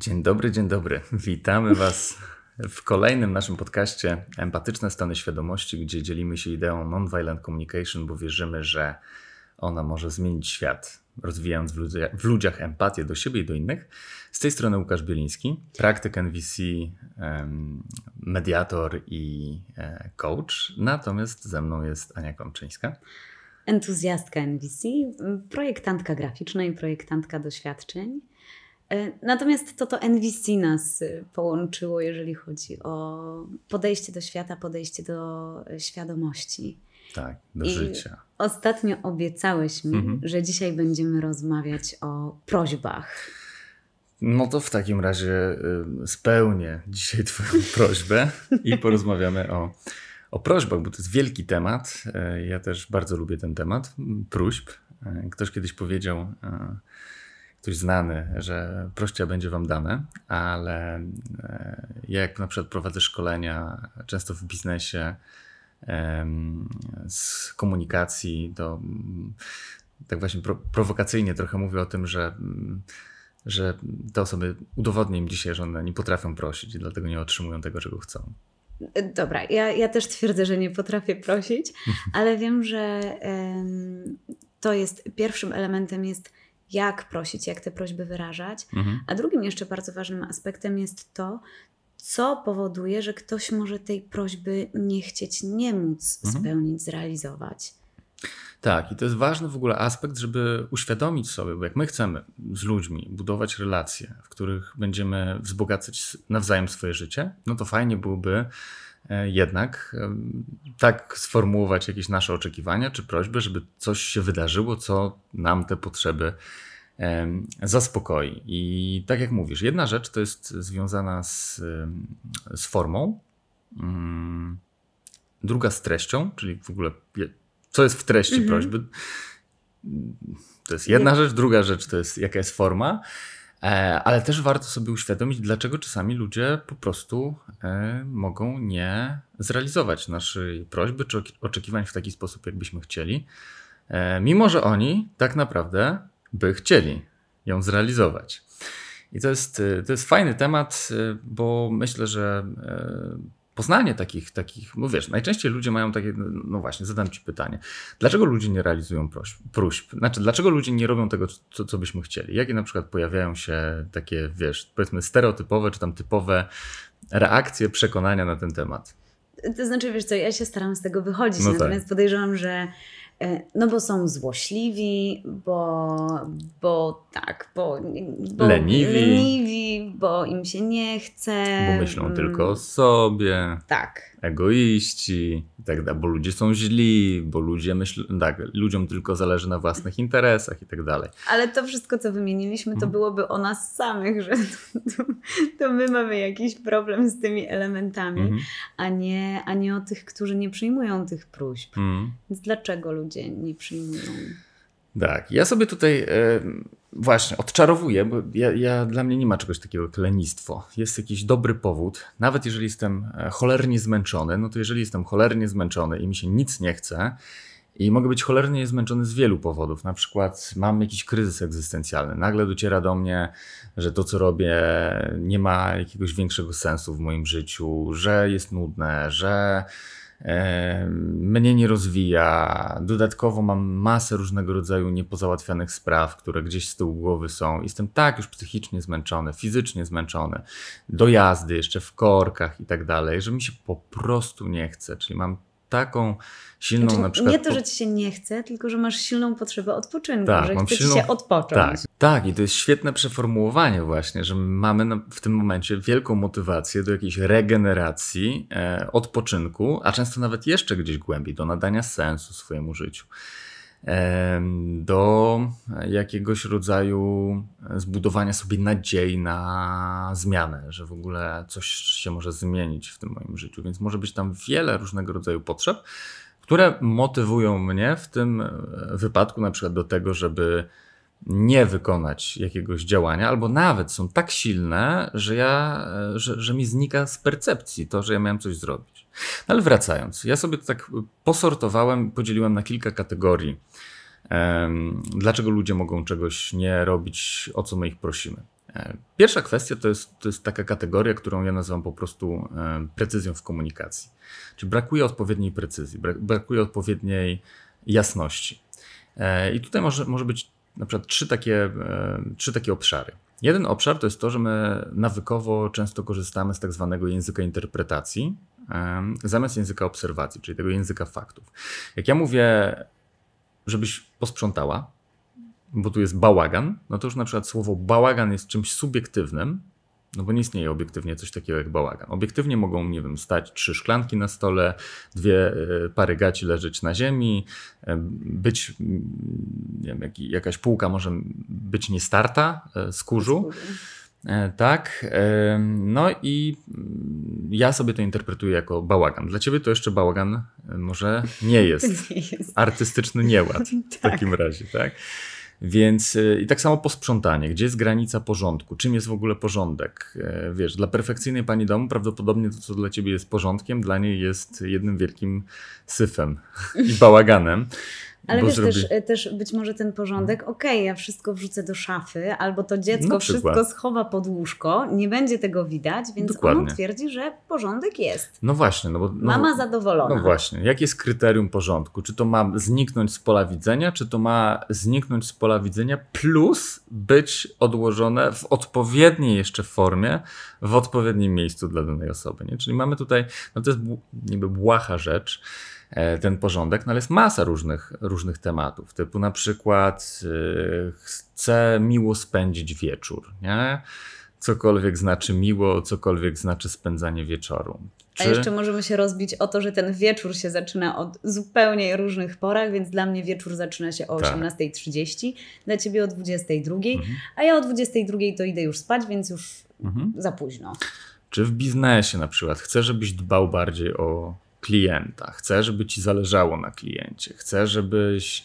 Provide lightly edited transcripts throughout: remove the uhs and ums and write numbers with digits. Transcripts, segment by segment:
Dzień dobry, dzień dobry. Witamy Was w kolejnym naszym podcaście Empatyczne stany świadomości, gdzie dzielimy się ideą non-violent communication, bo wierzymy, że ona może zmienić świat, rozwijając w ludziach empatię do siebie i do innych. Z tej strony Łukasz Bieliński, praktyk NVC, mediator i coach. Natomiast ze mną jest Ania Kłamczyńska. Entuzjastka NVC, projektantka graficzna i projektantka doświadczeń. Natomiast to NVC nas połączyło, jeżeli chodzi o podejście do świata, podejście do świadomości. Tak, do życia. Ostatnio obiecałeś mi, że dzisiaj będziemy rozmawiać o prośbach. No to w takim razie spełnię dzisiaj Twoją prośbę i porozmawiamy o prośbach, bo to jest wielki temat. Ja też bardzo lubię ten temat, próśb. Ktoś kiedyś powiedział, ktoś znany, że proście będzie wam dane, ale ja jak na przykład prowadzę szkolenia, często w biznesie, z komunikacji, to tak właśnie prowokacyjnie trochę mówię o tym, że te osoby udowodnię im dzisiaj, że one nie potrafią prosić i dlatego nie otrzymują tego, czego chcą. Dobra, ja też twierdzę, że nie potrafię prosić, ale wiem, że to jest pierwszym elementem jest jak prosić, jak te prośby wyrażać, a drugim jeszcze bardzo ważnym aspektem jest to, co powoduje, że ktoś może tej prośby nie chcieć, nie móc spełnić, zrealizować. Tak, i to jest ważny w ogóle aspekt, żeby uświadomić sobie, bo jak my chcemy z ludźmi budować relacje, w których będziemy wzbogacać nawzajem swoje życie, no to fajnie byłoby jednak tak sformułować jakieś nasze oczekiwania czy prośby, żeby coś się wydarzyło, co nam te potrzeby zaspokoi. I tak jak mówisz, jedna rzecz to jest związana z formą, druga z treścią, czyli w ogóle co jest w treści prośby. To jest jedna rzecz, druga rzecz to jest jaka jest forma, ale też warto sobie uświadomić, dlaczego czasami ludzie po prostu mogą nie zrealizować naszej prośby czy oczekiwań w taki sposób, jakbyśmy chcieli, mimo że oni tak naprawdę by chcieli ją zrealizować. I to jest fajny temat, bo myślę, że poznanie takich, no wiesz, najczęściej ludzie mają takie, no właśnie, zadam Ci pytanie. Dlaczego ludzie nie realizują próśb? Znaczy, dlaczego ludzie nie robią tego, co byśmy chcieli? Jakie na przykład pojawiają się takie, wiesz, powiedzmy stereotypowe, czy tam typowe reakcje, przekonania na ten temat? To znaczy, wiesz co, ja się staram z tego wychodzić, natomiast podejrzewam, że no bo są złośliwi, bo leniwi, bo im się nie chce. Bo myślą tylko o sobie. Tak. Egoiści i tak dalej, bo ludzie są źli, bo ludzie myślą, tak, ludziom tylko zależy na własnych interesach i tak dalej. Ale to wszystko, co wymieniliśmy, to byłoby o nas samych, że to my mamy jakiś problem z tymi elementami, a nie o tych, którzy nie przyjmują tych próśb. Więc dlaczego ludzie nie przyjmują? Tak, ja sobie tutaj właśnie odczarowuję, bo dla mnie nie ma czegoś takiego jak lenistwo. Jest jakiś dobry powód, nawet jeżeli jestem cholernie zmęczony, no to jeżeli jestem cholernie zmęczony i mi się nic nie chce i mogę być cholernie zmęczony z wielu powodów, na przykład mam jakiś kryzys egzystencjalny, nagle dociera do mnie, że to co robię nie ma jakiegoś większego sensu w moim życiu, że jest nudne, że mnie nie rozwija. Dodatkowo mam masę różnego rodzaju niepozałatwianych spraw, które gdzieś z tyłu głowy są. Jestem tak już psychicznie zmęczony, fizycznie zmęczony, do jazdy jeszcze w korkach i tak dalej, że mi się po prostu nie chce. Czyli mam taką silną znaczy, na przykład... Nie to, że ci się nie chce, tylko że masz silną potrzebę odpoczynku, tak, że chce ci się odpocząć. Tak, i to jest świetne przeformułowanie właśnie, że mamy w tym momencie wielką motywację do jakiejś regeneracji, odpoczynku, a często nawet jeszcze gdzieś głębiej, do nadania sensu swojemu życiu. Do jakiegoś rodzaju zbudowania sobie nadziei na zmianę, że w ogóle coś się może zmienić w tym moim życiu, więc może być tam wiele różnego rodzaju potrzeb, które motywują mnie w tym wypadku na przykład do tego, żeby nie wykonać jakiegoś działania, albo nawet są tak silne, że mi znika z percepcji to, że ja miałem coś zrobić. No ale wracając, ja sobie to tak posortowałem, podzieliłem na kilka kategorii. Dlaczego ludzie mogą czegoś nie robić, o co my ich prosimy. Pierwsza kwestia to jest taka kategoria, którą ja nazywam po prostu precyzją w komunikacji. Czyli brakuje odpowiedniej precyzji, brakuje odpowiedniej jasności. I tutaj może być na przykład trzy takie obszary. Jeden obszar to jest to, że my nawykowo często korzystamy z tak zwanego języka interpretacji zamiast języka obserwacji, czyli tego języka faktów. Jak ja mówię, żebyś posprzątała, bo tu jest bałagan, no to już na przykład słowo bałagan jest czymś subiektywnym, no bo nie istnieje obiektywnie coś takiego jak bałagan. Obiektywnie mogą, nie wiem, stać 3 szklanki na stole, 2 pary gaci leżeć na ziemi, być, nie wiem, jakaś półka może być niestarta z kurzu. Tak, no i ja sobie to interpretuję jako bałagan. Dla ciebie to jeszcze bałagan może nie jest. Artystyczny nieład w takim razie, tak? Więc i tak samo posprzątanie. Gdzie jest granica porządku? Czym jest w ogóle porządek? Wiesz, dla perfekcyjnej pani domu prawdopodobnie to, co dla ciebie jest porządkiem, dla niej jest jednym wielkim syfem i bałaganem. Ale wiesz, też być może ten porządek, ja wszystko wrzucę do szafy, albo to dziecko wszystko schowa pod łóżko, nie będzie tego widać, więc ono twierdzi, że porządek jest. No właśnie. Mama zadowolona. No właśnie. Jakie jest kryterium porządku? Czy to ma zniknąć z pola widzenia, czy to ma zniknąć z pola widzenia plus być odłożone w odpowiedniej jeszcze formie, w odpowiednim miejscu dla danej osoby. Nie? Czyli mamy tutaj, no to jest niby błaha rzecz, ten porządek, no ale jest masa różnych tematów, typu na przykład chcę miło spędzić wieczór, nie? Cokolwiek znaczy miło, cokolwiek znaczy spędzanie wieczoru. A jeszcze możemy się rozbić o to, że ten wieczór się zaczyna od zupełnie różnych porach, więc dla mnie wieczór zaczyna się o 18:30, dla ciebie o 22:00, a ja o 22:00 to idę już spać, więc już za późno. Czy w biznesie na przykład chcę, żebyś dbał bardziej o klienta, chcę, żeby ci zależało na kliencie, chcę, żebyś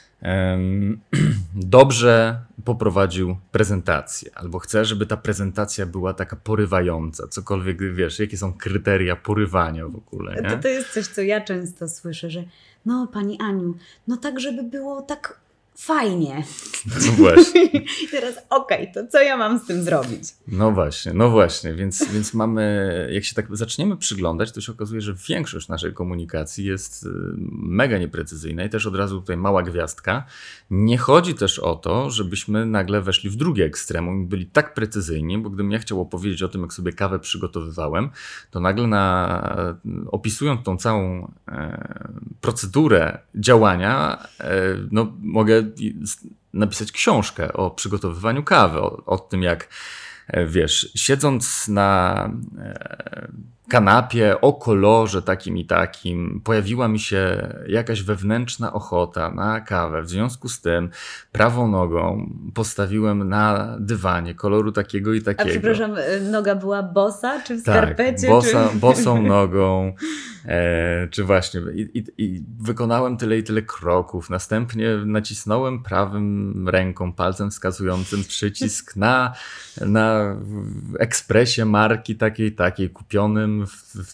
dobrze poprowadził prezentację, albo chcę, żeby ta prezentacja była taka porywająca, cokolwiek, wiesz, jakie są kryteria porywania w ogóle. Nie? To jest coś, co ja często słyszę, że no pani Aniu, no tak, żeby było tak fajnie. No właśnie. I teraz to co ja mam z tym zrobić? No właśnie, więc mamy, jak się tak zaczniemy przyglądać, to się okazuje, że większość naszej komunikacji jest mega nieprecyzyjna i też od razu tutaj mała gwiazdka. Nie chodzi też o to, żebyśmy nagle weszli w drugie ekstremum i byli tak precyzyjni, bo gdybym ja chciał opowiedzieć o tym, jak sobie kawę przygotowywałem, to nagle opisując tą całą procedurę działania, no mogę napisać książkę o przygotowywaniu kawy, o tym jak, wiesz, siedząc na kanapie o kolorze takim i takim, pojawiła mi się jakaś wewnętrzna ochota na kawę. W związku z tym prawą nogą postawiłem na dywanie koloru takiego i takiego. A przepraszam, noga była bosa, czy w skarpecie? Bosą nogą, czy właśnie i wykonałem tyle i tyle kroków. Następnie nacisnąłem prawym ręką, palcem wskazującym przycisk na ekspresie marki takiej kupionym w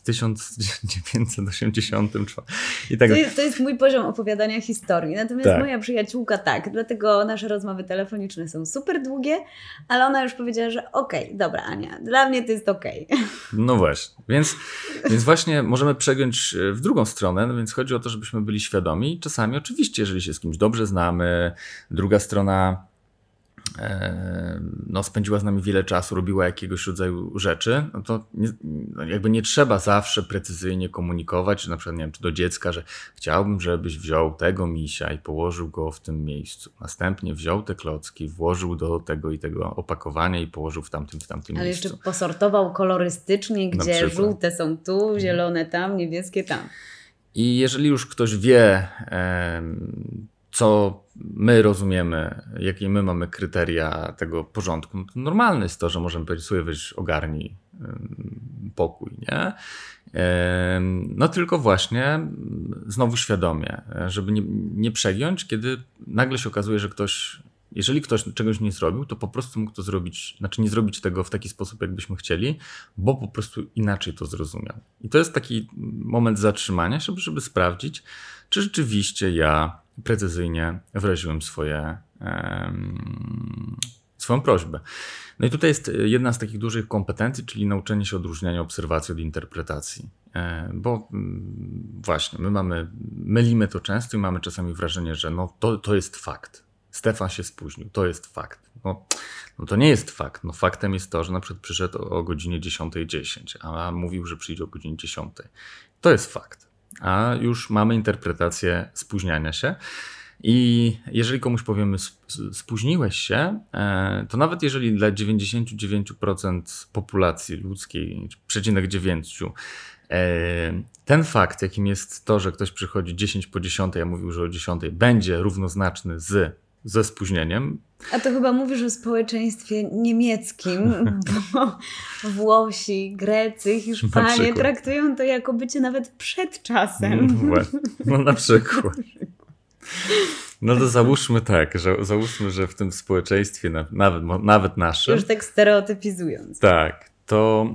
1984. I tak. To jest mój poziom opowiadania historii. Natomiast moja przyjaciółka dlatego nasze rozmowy telefoniczne są super długie, ale ona już powiedziała, że dobra Ania, dla mnie to jest No właśnie. Więc właśnie możemy przegiąć w drugą stronę, no więc chodzi o to, żebyśmy byli świadomi. Czasami oczywiście, jeżeli się z kimś dobrze znamy, druga strona spędziła z nami wiele czasu, robiła jakiegoś rodzaju rzeczy, no to nie trzeba zawsze precyzyjnie komunikować, na przykład, nie wiem, czy do dziecka, że chciałbym, żebyś wziął tego misia i położył go w tym miejscu. Następnie wziął te klocki, włożył do tego i tego opakowania i położył w tamtym miejscu. Ale jeszcze posortował kolorystycznie, gdzie żółte są tu, zielone tam, niebieskie tam. I jeżeli już ktoś wie, co my rozumiemy, jakie my mamy kryteria tego porządku, no to normalne jest to, że możemy powiedzieć sobie, weź ogarnij pokój, nie? No tylko właśnie znowu świadomie, żeby nie przegiąć, kiedy nagle się okazuje, że jeżeli ktoś czegoś nie zrobił, to po prostu mógł to zrobić, znaczy nie zrobić tego w taki sposób, jakbyśmy chcieli, bo po prostu inaczej to zrozumiał. I to jest taki moment zatrzymania się, żeby sprawdzić, czy rzeczywiście ja precyzyjnie wyraziłem swoją prośbę. No i tutaj jest jedna z takich dużych kompetencji, czyli nauczenie się odróżniania obserwacji od interpretacji. Bo właśnie, mylimy to często i mamy czasami wrażenie, że no to jest fakt. Stefan się spóźnił, to jest fakt. No to nie jest fakt. No faktem jest to, że na przykład przyszedł o godzinie 10:10, a mówił, że przyjdzie o godzinie 10. To jest fakt. A już mamy interpretację spóźniania się. I jeżeli komuś powiemy spóźniłeś się, to nawet jeżeli dla 99% populacji ludzkiej, 0,9, ten fakt, jakim jest to, że ktoś przychodzi 10:10, a mówił, że o 10, będzie równoznaczny ze spóźnieniem. A to chyba mówisz o społeczeństwie niemieckim, bo Włosi, Grecy, Hiszpanie traktują to jako bycie nawet przed czasem. No na przykład. No to załóżmy tak, że w tym społeczeństwie, nawet naszym... Już tak stereotypizując. Tak, to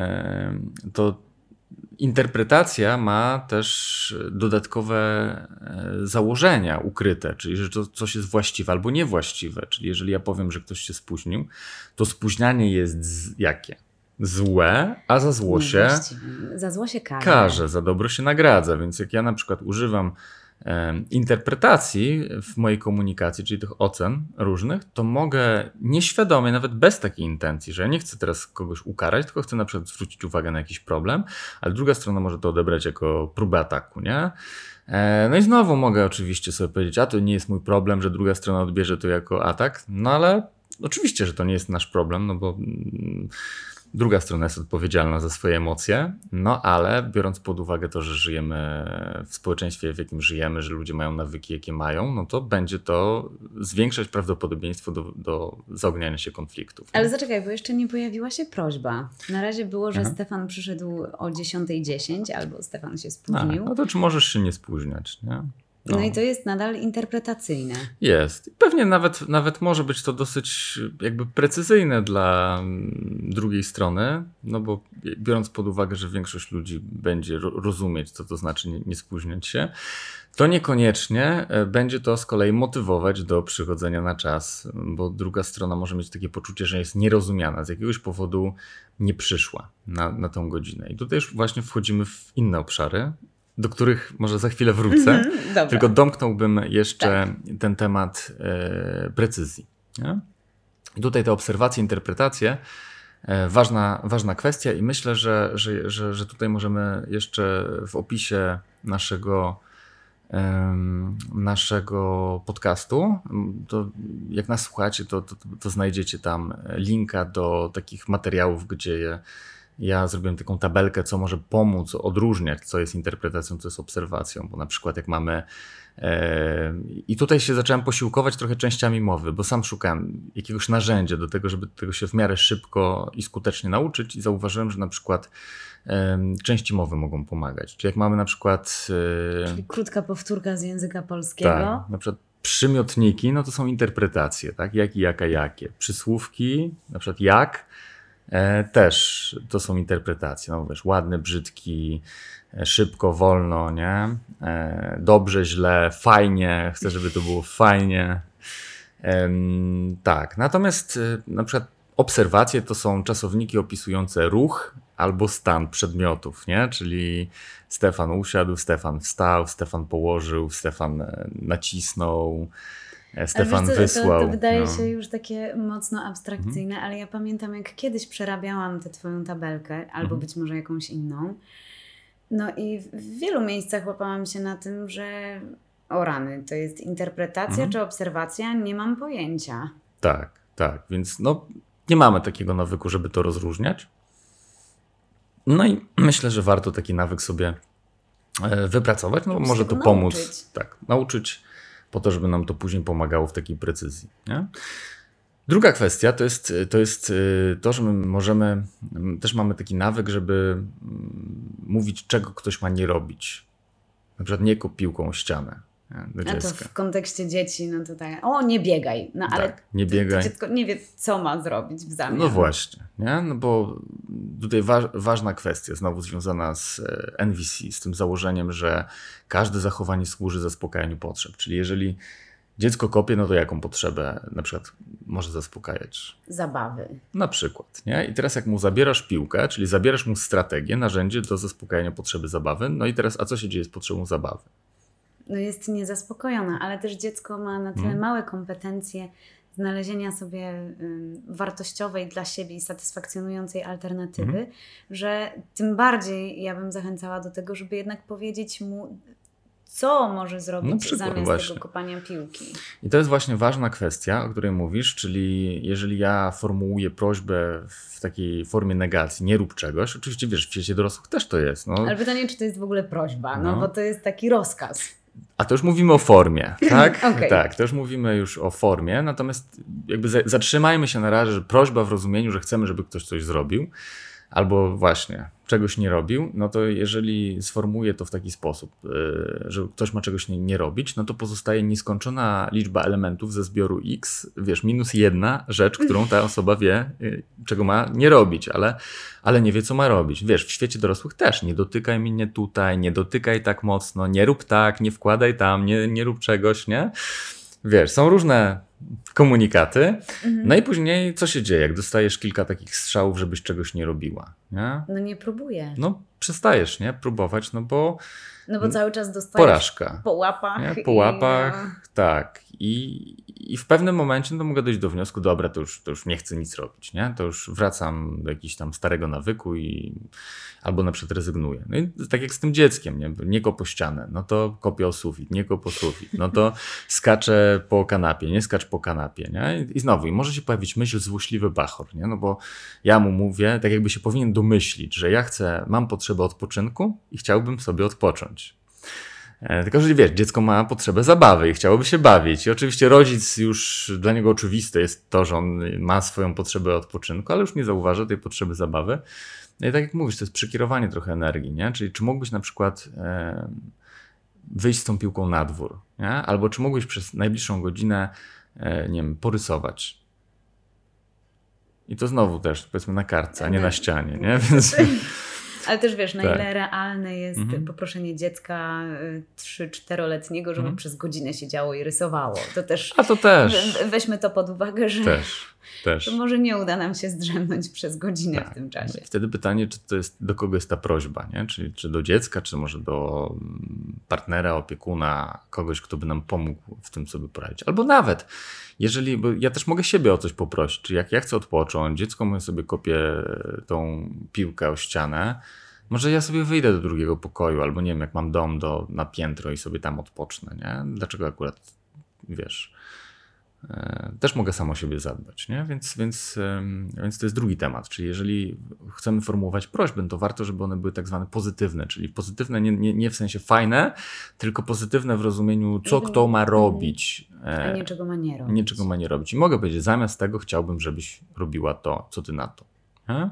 interpretacja ma też dodatkowe założenia ukryte, czyli że to coś jest właściwe albo niewłaściwe. Czyli jeżeli ja powiem, że ktoś się spóźnił, to spóźnianie jest jakie? Złe, a za zło się... Za zło się karze, za dobro się nagradza. Więc jak ja na przykład używam interpretacji w mojej komunikacji, czyli tych ocen różnych, to mogę nieświadomie, nawet bez takiej intencji, że ja nie chcę teraz kogoś ukarać, tylko chcę na przykład zwrócić uwagę na jakiś problem, ale druga strona może to odebrać jako próbę ataku, nie? No i znowu mogę oczywiście sobie powiedzieć, a to nie jest mój problem, że druga strona odbierze to jako atak, no ale oczywiście, że to nie jest nasz problem, no bo druga strona jest odpowiedzialna za swoje emocje, no ale biorąc pod uwagę to, że żyjemy w społeczeństwie, w jakim żyjemy, że ludzie mają nawyki, jakie mają, no to będzie to zwiększać prawdopodobieństwo do zaogniania się konfliktów. Ale zaczekaj, bo jeszcze nie pojawiła się prośba. Na razie było, że Stefan przyszedł o 10:10 albo Stefan się spóźnił. No to czy możesz się nie spóźniać, nie? No i to jest nadal interpretacyjne. Jest. Pewnie nawet może być to dosyć jakby precyzyjne dla drugiej strony, no bo biorąc pod uwagę, że większość ludzi będzie rozumieć, co to znaczy nie spóźniać się, to niekoniecznie będzie to z kolei motywować do przychodzenia na czas, bo druga strona może mieć takie poczucie, że jest nierozumiana, z jakiegoś powodu nie przyszła na tą godzinę. I tutaj już właśnie wchodzimy w inne obszary, do których może za chwilę wrócę, tylko domknąłbym jeszcze ten temat precyzji. Nie? I tutaj te obserwacje, interpretacje, ważna kwestia i myślę, że tutaj możemy jeszcze w opisie naszego podcastu, to jak nas słuchacie, to znajdziecie tam linka do takich materiałów, gdzie ja zrobiłem taką tabelkę, co może pomóc odróżniać, co jest interpretacją, co jest obserwacją, bo na przykład jak mamy... I tutaj się zacząłem posiłkować trochę częściami mowy, bo sam szukałem jakiegoś narzędzia do tego, żeby tego się w miarę szybko i skutecznie nauczyć i zauważyłem, że na przykład części mowy mogą pomagać. Czyli jak mamy na przykład... Czyli krótka powtórka z języka polskiego. Tak, na przykład przymiotniki, no to są interpretacje, tak? Jak i jaka, jakie. Przysłówki, na przykład jak, też to są interpretacje. No wiesz, ładny, brzydki, szybko, wolno, nie? Dobrze, źle, fajnie, chcę, żeby to było fajnie. Tak, natomiast na przykład obserwacje to są czasowniki opisujące ruch albo stan przedmiotów, nie? Czyli Stefan usiadł, Stefan wstał, Stefan położył, Stefan nacisnął, Stefan wysłał. To wydaje się już takie mocno abstrakcyjne, ale ja pamiętam, jak kiedyś przerabiałam tę twoją tabelkę, albo być może jakąś inną. No i w wielu miejscach łapałam się na tym, że o rany, to jest interpretacja czy obserwacja, nie mam pojęcia. Tak, więc no nie mamy takiego nawyku, żeby to rozróżniać. No i myślę, że warto taki nawyk sobie wypracować, no bo może to pomóc nauczyć po to, żeby nam to później pomagało w takiej precyzji. Nie? Druga kwestia to jest to, że my też mamy taki nawyk, żeby mówić, czego ktoś ma nie robić. Na przykład nie kop piłką o ścianę. A to w kontekście dzieci, no to tak, nie biegaj. No ale tak, nie biegaj. Dziecko nie wie, co ma zrobić w zamian. No właśnie, nie? No bo tutaj ważna kwestia, znowu związana z NVC, z tym założeniem, że każde zachowanie służy zaspokajaniu potrzeb. Czyli jeżeli dziecko kopie, no to jaką potrzebę na przykład może zaspokajać? Zabawy. Na przykład. Nie? I teraz jak mu zabierasz piłkę, czyli zabierasz mu strategię, narzędzie do zaspokajania potrzeby zabawy, no i teraz a co się dzieje z potrzebą zabawy? No jest niezaspokojona, ale też dziecko ma na tyle małe kompetencje znalezienia sobie wartościowej dla siebie i satysfakcjonującej alternatywy, że tym bardziej ja bym zachęcała do tego, żeby jednak powiedzieć mu, co może zrobić zamiast tego kopania piłki. I to jest właśnie ważna kwestia, o której mówisz, czyli jeżeli ja formułuję prośbę w takiej formie negacji, nie rób czegoś, oczywiście wiesz, w świecie dorosłych też to jest. No. Ale pytanie, czy to jest w ogóle prośba, no bo to jest taki rozkaz. A to już mówimy o formie, tak? Okay. Tak, to już mówimy już o formie, natomiast jakby zatrzymajmy się na razie, że prośba w rozumieniu, że chcemy, żeby ktoś coś zrobił, albo właśnie czegoś nie robił, no to jeżeli sformułuję to w taki sposób, że ktoś ma czegoś nie robić, no to pozostaje nieskończona liczba elementów ze zbioru X, wiesz, minus jedna rzecz, którą ta osoba wie, czego ma nie robić, ale nie wie, co ma robić. Wiesz, w świecie dorosłych też, nie dotykaj mnie tutaj, nie dotykaj tak mocno, nie rób tak, nie wkładaj tam, nie rób czegoś, nie? Wiesz, są różne komunikaty, no i później co się dzieje, jak dostajesz kilka takich strzałów, żebyś czegoś nie robiła, nie? No nie próbuję. No przestajesz, nie? Próbować, no bo cały czas dostajesz porażka. Po łapach. Nie? Po łapach, tak. I w pewnym momencie no, mogę dojść do wniosku, dobra, to już nie chcę nic robić, nie? To już wracam do jakiegoś tam starego nawyku albo na przykład rezygnuję. No i tak jak z tym dzieckiem, nie kop o ścianę, no to kopię o sufit, nie kop o sufit, no to skaczę po kanapie, nie skacz po kanapie, nie? I znowu, i może się pojawić myśl złośliwy bachor, nie? No bo ja mu mówię, tak jakby się powinien domyślić, że ja mam potrzebę odpoczynku i chciałbym sobie odpocząć. Tylko, że wiesz, dziecko ma potrzebę zabawy i chciałoby się bawić. I oczywiście rodzic już dla niego oczywiste jest to, że on ma swoją potrzebę odpoczynku, ale już nie zauważa tej potrzeby zabawy. No i tak jak mówisz, to jest przekierowanie trochę energii, nie? Czyli czy mógłbyś na przykład wyjść z tą piłką na dwór, nie? Albo czy mógłbyś przez najbliższą godzinę, nie wiem, porysować. I to znowu też, powiedzmy, na kartce, a nie na ścianie, nie? Więc... Ale też wiesz, na ile realne jest poproszenie dziecka 3-4-letniego, żeby przez godzinę siedziało i rysowało. To też. A to też. Weźmy to pod uwagę, że też. to może nie uda nam się zdrzemnąć przez godzinę w tym czasie. Wtedy pytanie, czy to jest, do kogo jest ta prośba, nie? Czy do dziecka, czy może do partnera, opiekuna, kogoś, kto by nam pomógł w tym sobie poradzić. Albo nawet, bo ja też mogę siebie o coś poprosić, czy jak ja chcę odpocząć, dziecko moje sobie kopie tą piłkę o ścianę, może ja sobie wyjdę do drugiego pokoju, albo nie wiem, jak mam dom na piętro i sobie tam odpocznę, nie? Dlaczego akurat, wiesz, też mogę sam o siebie zadbać, nie? Więc to jest drugi temat, czyli jeżeli chcemy formułować prośby, to warto, żeby one były tak zwane pozytywne, czyli pozytywne nie w sensie fajne, tylko pozytywne w rozumieniu, co kto ma robić. A nie czego ma nie robić. Nie czego ma nie robić. I mogę powiedzieć, zamiast tego chciałbym, żebyś robiła to, co ty na to. Nie?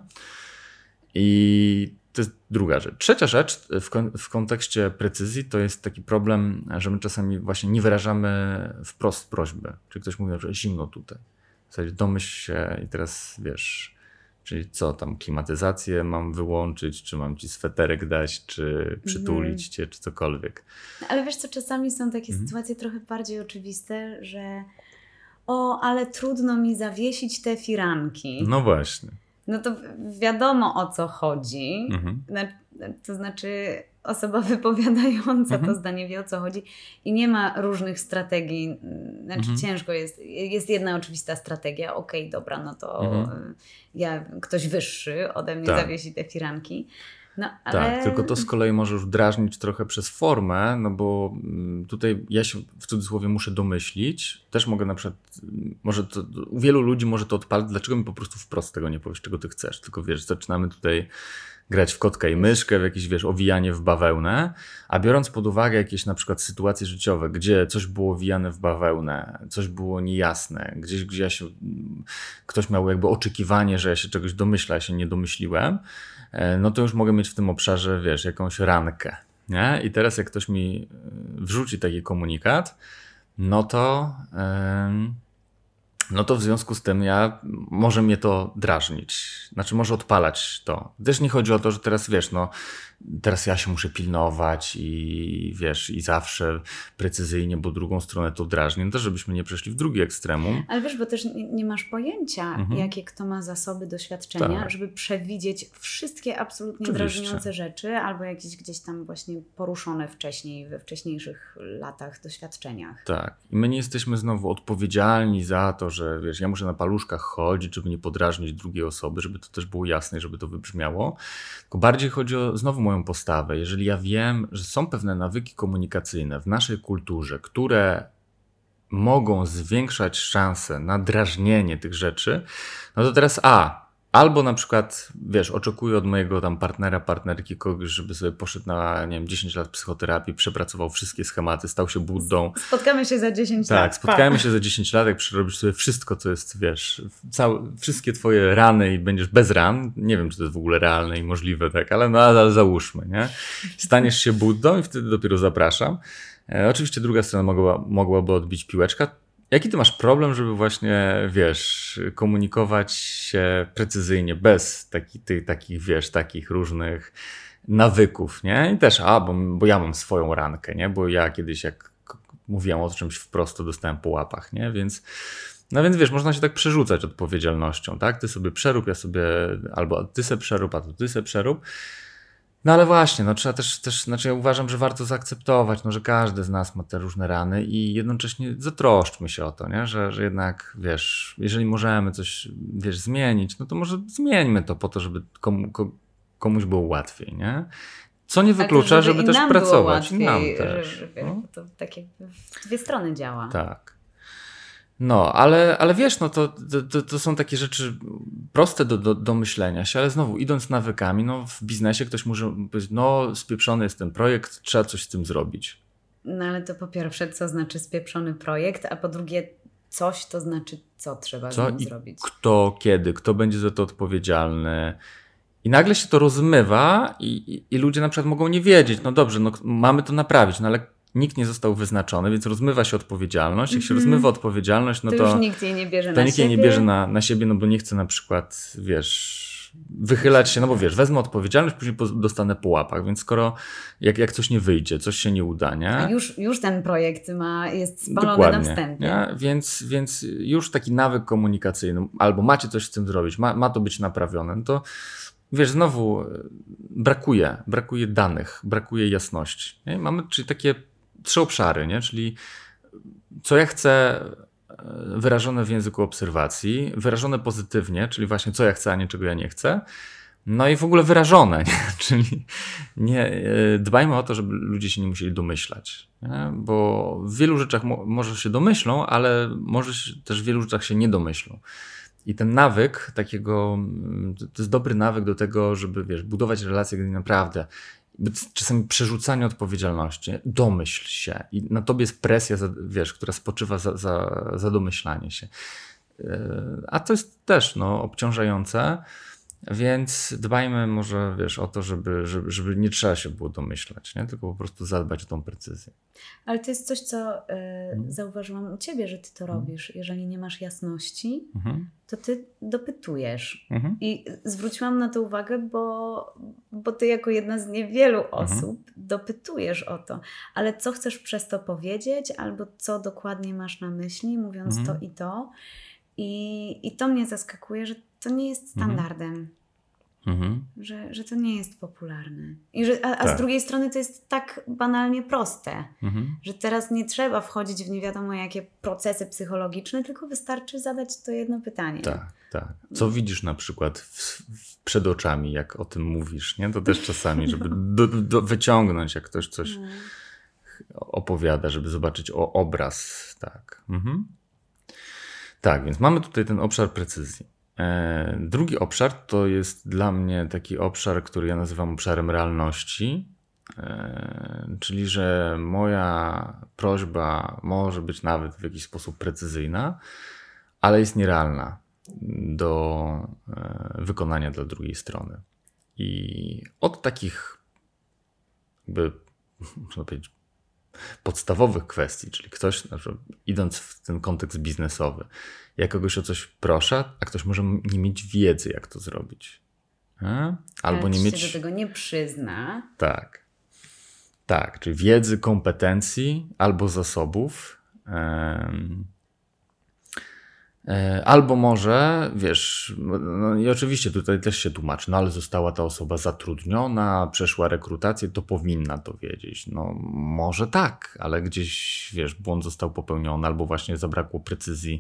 I to jest druga rzecz. Trzecia rzecz w kontekście precyzji to jest taki problem, że my czasami właśnie nie wyrażamy wprost prośby. Czyli ktoś mówi, że zimno tutaj. W zasadzie domyśl się i teraz wiesz, czyli co tam, klimatyzację mam wyłączyć, czy mam ci sweterek dać, czy przytulić cię, czy cokolwiek. Ale wiesz co, czasami są takie sytuacje trochę bardziej oczywiste, że ale trudno mi zawiesić te firanki. No właśnie. No to wiadomo, o co chodzi. To znaczy osoba wypowiadająca to zdanie wie, o co chodzi i nie ma różnych strategii. Znaczy ciężko jest. Jest jedna oczywista strategia. Okej, dobra, no to ktoś wyższy ode mnie zawiesi te firanki. No, ale... Tak, tylko to z kolei może już drażnić trochę przez formę, no bo tutaj ja się w cudzysłowie muszę domyślić. Też mogę na przykład, u wielu ludzi może to odpalić, dlaczego mi po prostu wprost tego nie powiesz, czego ty chcesz. Tylko wiesz, zaczynamy tutaj grać w kotka i myszkę, w jakieś, wiesz, owijanie w bawełnę, a biorąc pod uwagę jakieś na przykład sytuacje życiowe, gdzie coś było owijane w bawełnę, coś było niejasne, gdzie ktoś miał jakby oczekiwanie, że ja się czegoś domyślę, ja się nie domyśliłem, no to już mogę mieć w tym obszarze, wiesz, jakąś rankę, nie? I teraz jak ktoś mi wrzuci taki komunikat, no to no to w związku z tym może mnie to drażnić. Znaczy może odpalać to. Też nie chodzi o to, że teraz wiesz, no teraz ja się muszę pilnować i wiesz, i zawsze precyzyjnie, bo drugą stronę to drażni. No to żebyśmy nie przeszli w drugi ekstremum. Ale wiesz, bo też nie masz pojęcia, jakie kto ma zasoby doświadczenia, Tak. żeby przewidzieć wszystkie absolutnie drażniące rzeczy albo jakieś gdzieś tam właśnie poruszone wcześniej, we wcześniejszych latach, doświadczeniach. Tak. I my nie jesteśmy znowu odpowiedzialni za to, że wiesz, ja muszę na paluszkach chodzić, żeby nie podrażnić drugiej osoby, żeby to też było jasne, żeby to wybrzmiało. Tylko bardziej chodzi o znowu moją postawę. Jeżeli ja wiem, że są pewne nawyki komunikacyjne w naszej kulturze, które mogą zwiększać szanse na drażnienie tych rzeczy, no to teraz albo na przykład, wiesz, oczekuję od mojego tam partnera, partnerki kogoś, żeby sobie poszedł na, nie wiem, 10 lat psychoterapii, przepracował wszystkie schematy, stał się Buddą. Spotkamy się za 10 lat. Tak, spotkajmy się za 10 lat, jak przerobisz sobie wszystko, co jest, wiesz, wszystkie twoje rany i będziesz bez ran. Nie wiem, czy to jest w ogóle realne i możliwe, tak, ale załóżmy, nie? Staniesz się Buddą i wtedy dopiero zapraszam. Oczywiście druga strona mogłaby odbić piłeczka. Jaki ty masz problem, żeby właśnie, wiesz, komunikować się precyzyjnie, bez takich, wiesz, takich różnych nawyków, nie? I też, bo ja mam swoją rankę, nie? Bo ja kiedyś, jak mówiłem o czymś wprost, to dostałem po łapach, nie? Więc wiesz, można się tak przerzucać odpowiedzialnością, tak? Ty sobie przerób, ja sobie, albo ty se przerób, a to ty se przerób. No ale właśnie, no trzeba też, znaczy ja uważam, że warto zaakceptować, no, że każdy z nas ma te różne rany i jednocześnie zatroszczmy się o to, nie? Że jednak, wiesz, jeżeli możemy coś, wiesz, zmienić, no to może zmieńmy to po to, żeby komuś było łatwiej, nie? Co nie wyklucza, żeby też pracować. I nam też. No. To tak jakby w dwie strony działa. Tak. No, ale wiesz, no to są takie rzeczy proste do myślenia się, ale znowu idąc nawykami, no w biznesie ktoś może powiedzieć, no spieprzony jest ten projekt, trzeba coś z tym zrobić. No ale to po pierwsze, co znaczy spieprzony projekt, a po drugie coś to znaczy, co trzeba z nim zrobić. Kto będzie za to odpowiedzialny. I nagle się to rozmywa i ludzie na przykład mogą nie wiedzieć, no dobrze, no mamy to naprawić, no ale nikt nie został wyznaczony, więc rozmywa się odpowiedzialność. Jak się rozmywa odpowiedzialność, no to już nikt jej nie bierze na siebie. Nikt jej nie bierze na siebie, no bo nie chce na przykład, wiesz, wychylać się, no bo wiesz, wezmę odpowiedzialność, później dostanę po łapach, więc skoro jak coś nie wyjdzie, coś się nie uda, nie? A już ten projekt jest spalony na wstępie. Nie? Więc już taki nawyk komunikacyjny, albo macie coś z tym zrobić, ma to być naprawione, no to wiesz, znowu brakuje danych, brakuje jasności. Nie? Mamy czyli takie 3 obszary, nie? Czyli co ja chcę wyrażone w języku obserwacji, wyrażone pozytywnie, czyli właśnie co ja chcę, a nie czego ja nie chcę, no i w ogóle wyrażone, nie? Czyli dbajmy o to, żeby ludzie się nie musieli domyślać, nie? Bo w wielu rzeczach może się domyślą, ale może też w wielu rzeczach się nie domyślą. I ten nawyk takiego, to jest dobry nawyk do tego, żeby, wiesz, budować relacje, gdy naprawdę czasami przerzucanie odpowiedzialności, domyśl się i na tobie jest presja, wiesz, która spoczywa za domyślanie się. A to jest też obciążające, więc dbajmy może, wiesz, o to, żeby nie trzeba się było domyślać, nie? Tylko po prostu zadbać o tą precyzję. Ale to jest coś, co zauważyłam u ciebie, że ty to robisz. Jeżeli nie masz jasności, to ty dopytujesz. I zwróciłam na to uwagę, bo ty jako jedna z niewielu osób dopytujesz o to. Ale co chcesz przez to powiedzieć, albo co dokładnie masz na myśli, mówiąc to i to. I to mnie zaskakuje, że to nie jest standardem. Że to nie jest popularne. A z drugiej strony to jest tak banalnie proste, że teraz nie trzeba wchodzić w nie wiadomo jakie procesy psychologiczne, tylko wystarczy zadać to jedno pytanie. Tak. Co widzisz na przykład przed oczami, jak o tym mówisz, nie? To też czasami, żeby wyciągnąć, jak ktoś coś opowiada, żeby zobaczyć obraz. Tak. Tak, więc mamy tutaj ten obszar precyzji. Drugi obszar to jest dla mnie taki obszar, który ja nazywam obszarem realności, czyli że moja prośba może być nawet w jakiś sposób precyzyjna, ale jest nierealna do wykonania dla drugiej strony. I od takich, jakby, można powiedzieć, podstawowych kwestii, czyli ktoś, na przykład, idąc w ten kontekst biznesowy, ja kogoś o coś proszę, a ktoś może nie mieć wiedzy, jak to zrobić. Albo nie mieć... się do tego nie przyzna. Tak, czyli wiedzy, kompetencji albo zasobów. Albo może, wiesz, no i oczywiście tutaj też się tłumaczy, no ale została ta osoba zatrudniona, przeszła rekrutację, to powinna to wiedzieć. No może tak, ale gdzieś, wiesz, błąd został popełniony albo właśnie zabrakło precyzji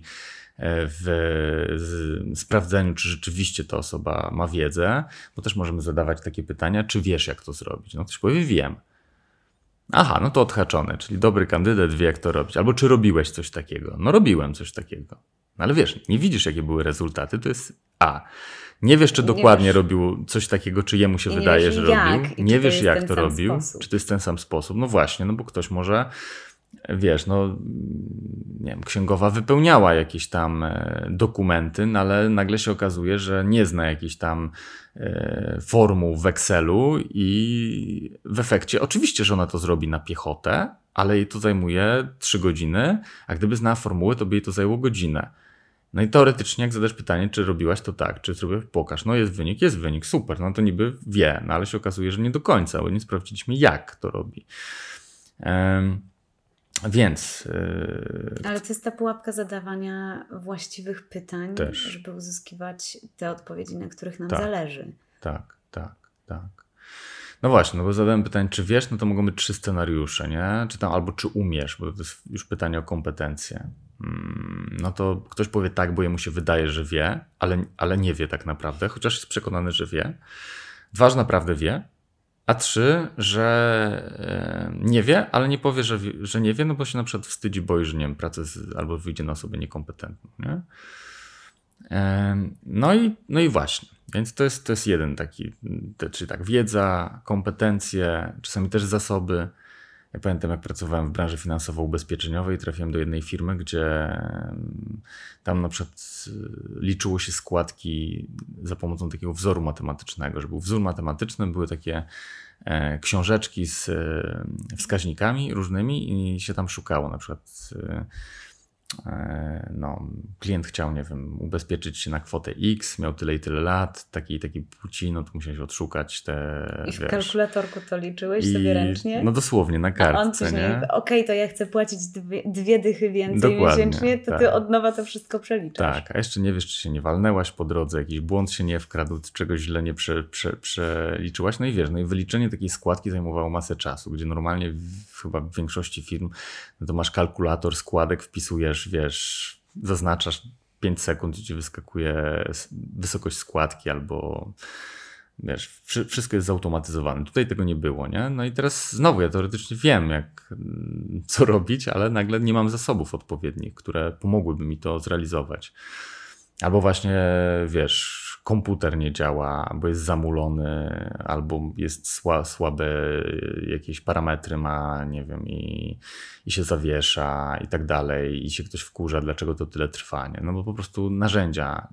w sprawdzeniu, czy rzeczywiście ta osoba ma wiedzę, bo też możemy zadawać takie pytania, czy wiesz, jak to zrobić? No ktoś powie, wiem. Aha, no to odhaczone, czyli dobry kandydat wie, jak to robić. Albo czy robiłeś coś takiego? No robiłem coś takiego. No ale wiesz, nie widzisz, jakie były rezultaty, to jest nie wiesz, czy dokładnie robił coś takiego, czy jemu się wydaje, że robił. Nie wiesz, jak to robił, czy to jest ten sam sposób. No właśnie, no bo ktoś może, wiesz, no nie wiem, księgowa wypełniała jakieś tam dokumenty, no ale nagle się okazuje, że nie zna jakichś tam formuł w Excelu i w efekcie oczywiście, że ona to zrobi na piechotę, ale jej to zajmuje 3 godziny, a gdyby znała formułę, to by jej to zajęło godzinę. No i teoretycznie, jak zadasz pytanie, czy robiłaś to tak, czy zrobiłeś, pokaż, no jest wynik, super, no to niby wie, no ale się okazuje, że nie do końca, bo nie sprawdziliśmy, jak to robi. Więc... Ale to jest ta pułapka zadawania właściwych pytań, też, żeby uzyskiwać te odpowiedzi, na których nam tak, zależy. Tak. No właśnie, no bo zadałem pytanie, czy wiesz, no to mogą być 3 scenariusze, nie? Czy tam, albo czy umiesz, bo to jest już pytanie o kompetencje. No to ktoś powie tak, bo jemu się wydaje, że wie, ale nie wie tak naprawdę, chociaż jest przekonany, że wie. 2, że naprawdę wie, a 3, że nie wie, ale nie powie, że nie wie, no bo się na przykład wstydzi, boi, że nie wiem, albo wyjdzie na osobę niekompetentną, nie? No i właśnie, więc to jest jeden taki, czyli tak, wiedza, kompetencje, czasami też zasoby. Ja pamiętam, jak pracowałem w branży finansowo-ubezpieczeniowej, trafiłem do jednej firmy, gdzie tam na przykład liczyło się składki za pomocą takiego wzoru matematycznego, że był wzór matematyczny, były takie książeczki z wskaźnikami różnymi i się tam szukało na przykład klient chciał, nie wiem, ubezpieczyć się na kwotę X, miał tyle i tyle lat, takiej płci, no to musiałeś odszukać te, I w kalkulatorku to liczyłeś sobie ręcznie? No dosłownie, na kartce, a on coś nie? Okej, to ja chcę płacić 2 dychy więcej miesięcznie, to ty od nowa to wszystko przeliczasz. Tak, a jeszcze nie wiesz, czy się nie walnęłaś po drodze, jakiś błąd się nie wkradł, czegoś źle nie przeliczyłaś, no i wiesz, no i wyliczenie takiej składki zajmowało masę czasu, gdzie normalnie chyba w większości firm, no to masz kalkulator składek, wpisujesz, wiesz, zaznaczasz 5 sekund i ci wyskakuje wysokość składki albo wiesz, wszystko jest zautomatyzowane. Tutaj tego nie było, nie? No i teraz znowu ja teoretycznie wiem, co robić, ale nagle nie mam zasobów odpowiednich, które pomogłyby mi to zrealizować. Albo właśnie, wiesz, komputer nie działa, albo jest zamulony, albo jest słabe jakieś parametry ma, nie wiem, i się zawiesza i tak dalej, i się ktoś wkurza, dlaczego to tyle trwa, nie? No bo po prostu narzędzia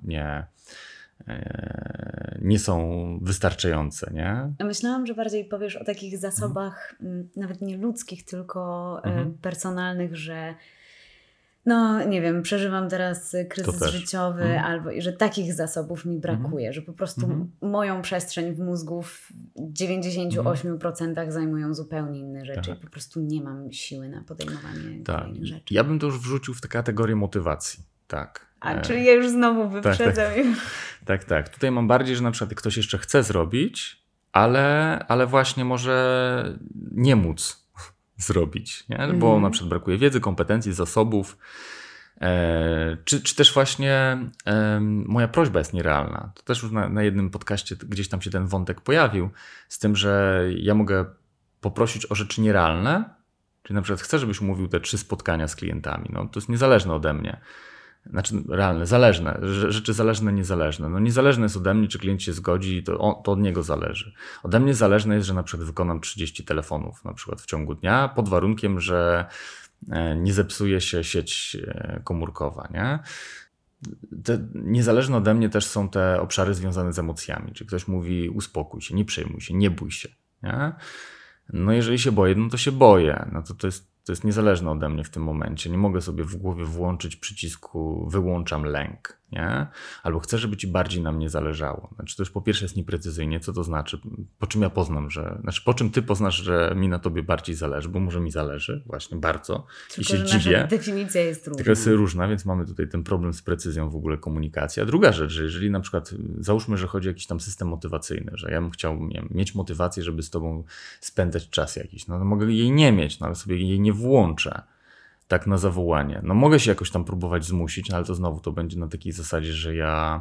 nie są wystarczające, nie? Myślałam, że bardziej powiesz o takich zasobach, nawet nie ludzkich, tylko personalnych, że no nie wiem, przeżywam teraz kryzys życiowy, albo że takich zasobów mi brakuje, że po prostu moją przestrzeń w mózgu w 98% zajmują zupełnie inne rzeczy i po prostu nie mam siły na podejmowanie kolejnych rzeczy. Ja bym to już wrzucił w tę kategorię motywacji, tak. Czyli ja już znowu wyprzedzam. Tak. Tutaj mam bardziej, że na przykład ktoś jeszcze chce zrobić, ale właśnie może nie móc zrobić, nie? Bo na przykład brakuje wiedzy, kompetencji, zasobów, czy też właśnie moja prośba jest nierealna. To też już na jednym podcaście gdzieś tam się ten wątek pojawił, z tym, że ja mogę poprosić o rzeczy nierealne, czyli na przykład chcę, żebyś umówił te 3 spotkania z klientami. No, to jest niezależne ode mnie. Znaczy realne, zależne, rzeczy zależne, niezależne. No niezależne jest ode mnie, czy klient się zgodzi, to od niego zależy. Ode mnie zależne jest, że na przykład wykonam 30 telefonów na przykład w ciągu dnia, pod warunkiem, że nie zepsuje się sieć komórkowa, nie? Niezależne ode mnie też są te obszary związane z emocjami, czyli ktoś mówi uspokój się, nie przejmuj się, nie bój się, nie? No jeżeli się boję, no to się boję, no to jest To jest niezależne ode mnie w tym momencie. Nie mogę sobie w głowie włączyć przycisku wyłączam lęk, nie? Albo chcę, żeby ci bardziej na mnie zależało. Znaczy to już po pierwsze jest nieprecyzyjnie, co to znaczy, po czym ja poznam, po czym ty poznasz, że mi na tobie bardziej zależy, bo może mi zależy właśnie bardzo tylko, i się że dziwię. Nasza definicja jest różna. Tylko jest różna, więc mamy tutaj ten problem z precyzją w ogóle komunikacji. A druga rzecz, że jeżeli na przykład załóżmy, że chodzi o jakiś tam system motywacyjny, że ja bym chciał mieć motywację, żeby z tobą spędzać czas jakiś, no to mogę jej nie mieć, no ale sobie jej nie włączę tak na zawołanie. No mogę się jakoś tam próbować zmusić, no ale to znowu to będzie na takiej zasadzie, że ja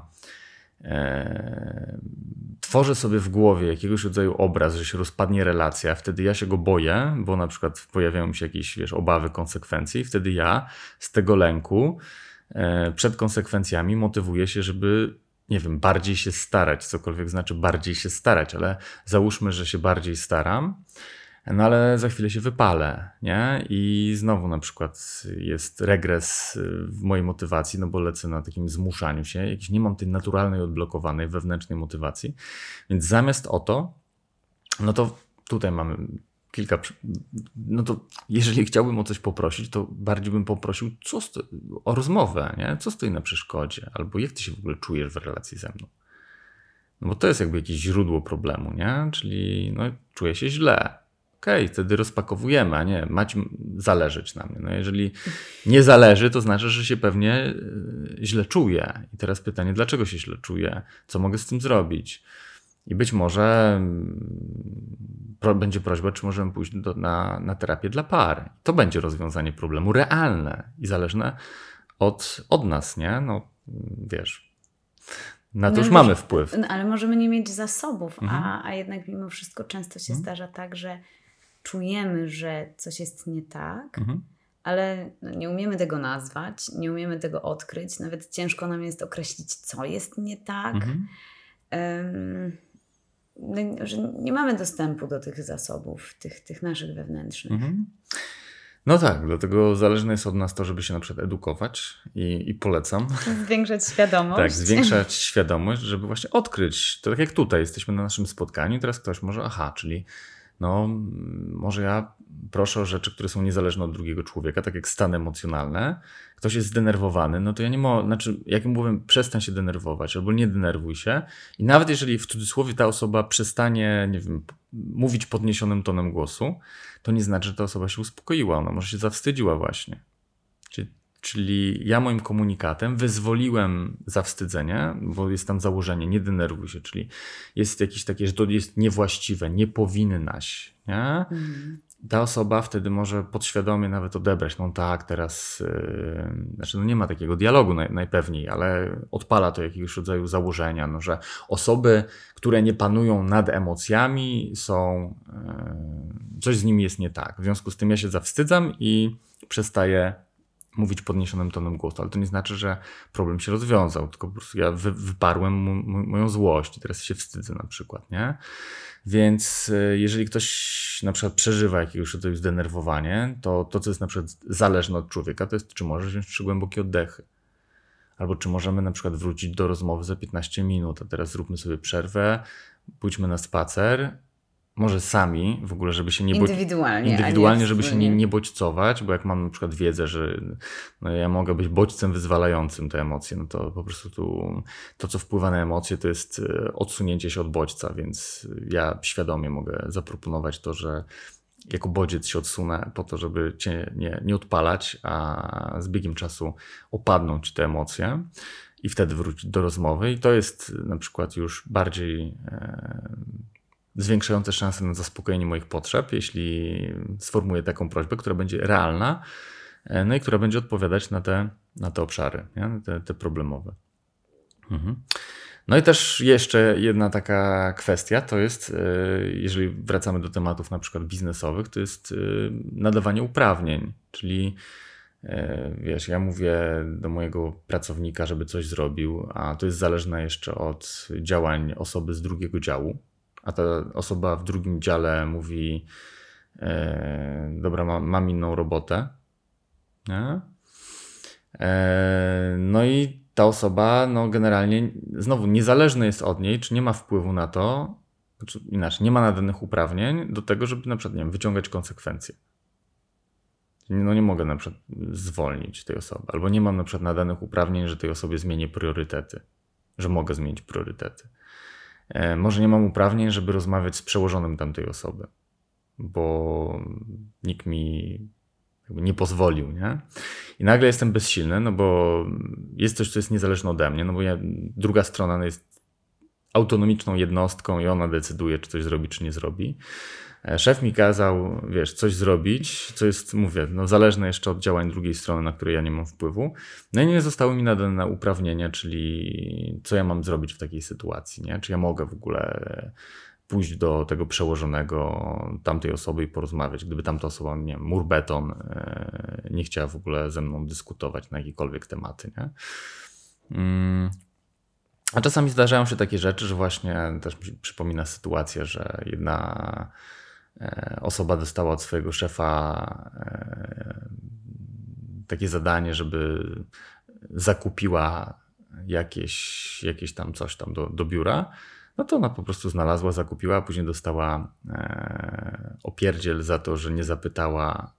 tworzę sobie w głowie jakiegoś rodzaju obraz, że się rozpadnie relacja, wtedy ja się go boję, bo na przykład pojawiają mi się jakieś, obawy konsekwencji i wtedy ja z tego lęku przed konsekwencjami motywuję się, żeby bardziej się starać, cokolwiek znaczy bardziej się starać, ale załóżmy, że się bardziej staram, no ale za chwilę się wypalę, nie? I znowu na przykład jest regres w mojej motywacji, no bo lecę na takim zmuszaniu się, nie mam tej naturalnej, odblokowanej wewnętrznej motywacji, więc zamiast o to, no to tutaj mamy kilka, no to jeżeli chciałbym o coś poprosić, to bardziej bym poprosił o rozmowę, nie? Co stoi na przeszkodzie, albo jak ty się w ogóle czujesz w relacji ze mną. No bo to jest jakby jakieś źródło problemu, nie? Czyli czuję się źle. Okej, wtedy rozpakowujemy, a nie ma ci zależeć na mnie. No jeżeli nie zależy, to znaczy, że się pewnie źle czuję. I teraz pytanie, dlaczego się źle czuję? Co mogę z tym zrobić? I być może będzie prośba, czy możemy pójść na terapię dla par. To będzie rozwiązanie problemu realne i zależne od nas, nie? No wiesz, na to już mamy wpływ. Ale możemy nie mieć zasobów, a jednak mimo wszystko często się zdarza tak, że czujemy, że coś jest nie tak, ale nie umiemy tego nazwać, nie umiemy tego odkryć, nawet ciężko nam jest określić, co jest nie tak. Że nie mamy dostępu do tych zasobów, tych naszych wewnętrznych. No tak, dlatego zależne jest od nas to, żeby się na przykład edukować i polecam. Zwiększać świadomość. Tak, zwiększać świadomość, żeby właśnie odkryć, to tak jak tutaj, jesteśmy na naszym spotkaniu i teraz ktoś może, czyli może ja proszę o rzeczy, które są niezależne od drugiego człowieka, tak jak stany emocjonalne. Ktoś jest zdenerwowany, no to ja nie mogę, jak mówię, przestań się denerwować albo nie denerwuj się. I nawet jeżeli w cudzysłowie ta osoba przestanie, mówić podniesionym tonem głosu, to nie znaczy, że ta osoba się uspokoiła, ona może się zawstydziła właśnie. Czyli ja moim komunikatem wyzwoliłem zawstydzenie, bo jest tam założenie, nie denerwuj się, czyli jest jakieś takie, że to jest niewłaściwe, nie powinnaś, nie? Ta osoba wtedy może podświadomie nawet odebrać, teraz, nie ma takiego dialogu najpewniej, ale odpala to jakiegoś rodzaju założenia, że osoby, które nie panują nad emocjami coś z nimi jest nie tak. W związku z tym ja się zawstydzam i przestaję mówić podniesionym tonem głosu, ale to nie znaczy, że problem się rozwiązał, tylko po prostu ja wyparłem moją złość i teraz się wstydzę na przykład, nie? Więc jeżeli ktoś na przykład przeżywa jakiegoś rodzaju zdenerwowanie, to co jest na przykład zależne od człowieka, to jest, czy może wziąć 3 głębokie oddechy. Albo czy możemy na przykład wrócić do rozmowy za 15 minut, a teraz zróbmy sobie przerwę, pójdźmy na spacer, może sami w ogóle, żeby się nie indywidualnie, żeby się nie bodźcować, bo jak mam na przykład wiedzę, że ja mogę być bodźcem wyzwalającym te emocje, no to po prostu to, co wpływa na emocje, to jest odsunięcie się od bodźca, więc ja świadomie mogę zaproponować to, że jako bodziec się odsunę po to, żeby cię nie odpalać, a z biegiem czasu opadną ci te emocje i wtedy wrócić do rozmowy i to jest na przykład już bardziej zwiększające szanse na zaspokojenie moich potrzeb, jeśli sformułuję taką prośbę, która będzie realna, no i która będzie odpowiadać na te obszary, nie? Te problemowe. No i też jeszcze jedna taka kwestia, to jest, jeżeli wracamy do tematów na przykład biznesowych, to jest nadawanie uprawnień, czyli ja mówię do mojego pracownika, żeby coś zrobił, a to jest zależne jeszcze od działań osoby z drugiego działu, a ta osoba w drugim dziale mówi, dobra, mam inną robotę. Nie? No i ta osoba generalnie znowu niezależne jest od niej, czy nie ma wpływu na to, czy inaczej, nie ma nadanych uprawnień do tego, żeby na przykład wyciągać konsekwencje. No nie mogę na przykład zwolnić tej osoby, albo nie mam na przykład nadanych uprawnień, że tej osobie zmienię priorytety, że mogę zmienić priorytety. Może nie mam uprawnień, żeby rozmawiać z przełożonym tamtej osoby, bo nikt mi jakby nie pozwolił, nie? I nagle jestem bezsilny, no bo jest coś, co jest niezależne ode mnie, no bo druga strona jest autonomiczną jednostką i ona decyduje, czy coś zrobi, czy nie zrobi. Szef mi kazał, coś zrobić, co jest, mówię, zależne jeszcze od działań drugiej strony, na które ja nie mam wpływu. No i nie zostały mi nadane uprawnienia, czyli co ja mam zrobić w takiej sytuacji, nie? Czy ja mogę w ogóle pójść do tego przełożonego tamtej osoby i porozmawiać, gdyby tamta osoba, nie wiem, mur beton, nie chciała w ogóle ze mną dyskutować na jakiekolwiek tematy, nie? A czasami zdarzają się takie rzeczy, że właśnie też mi się przypomina sytuacja, że jedna osoba dostała od swojego szefa takie zadanie, żeby zakupiła jakieś tam coś tam do biura. No to ona po prostu znalazła, zakupiła, a później dostała opierdziel za to, że nie zapytała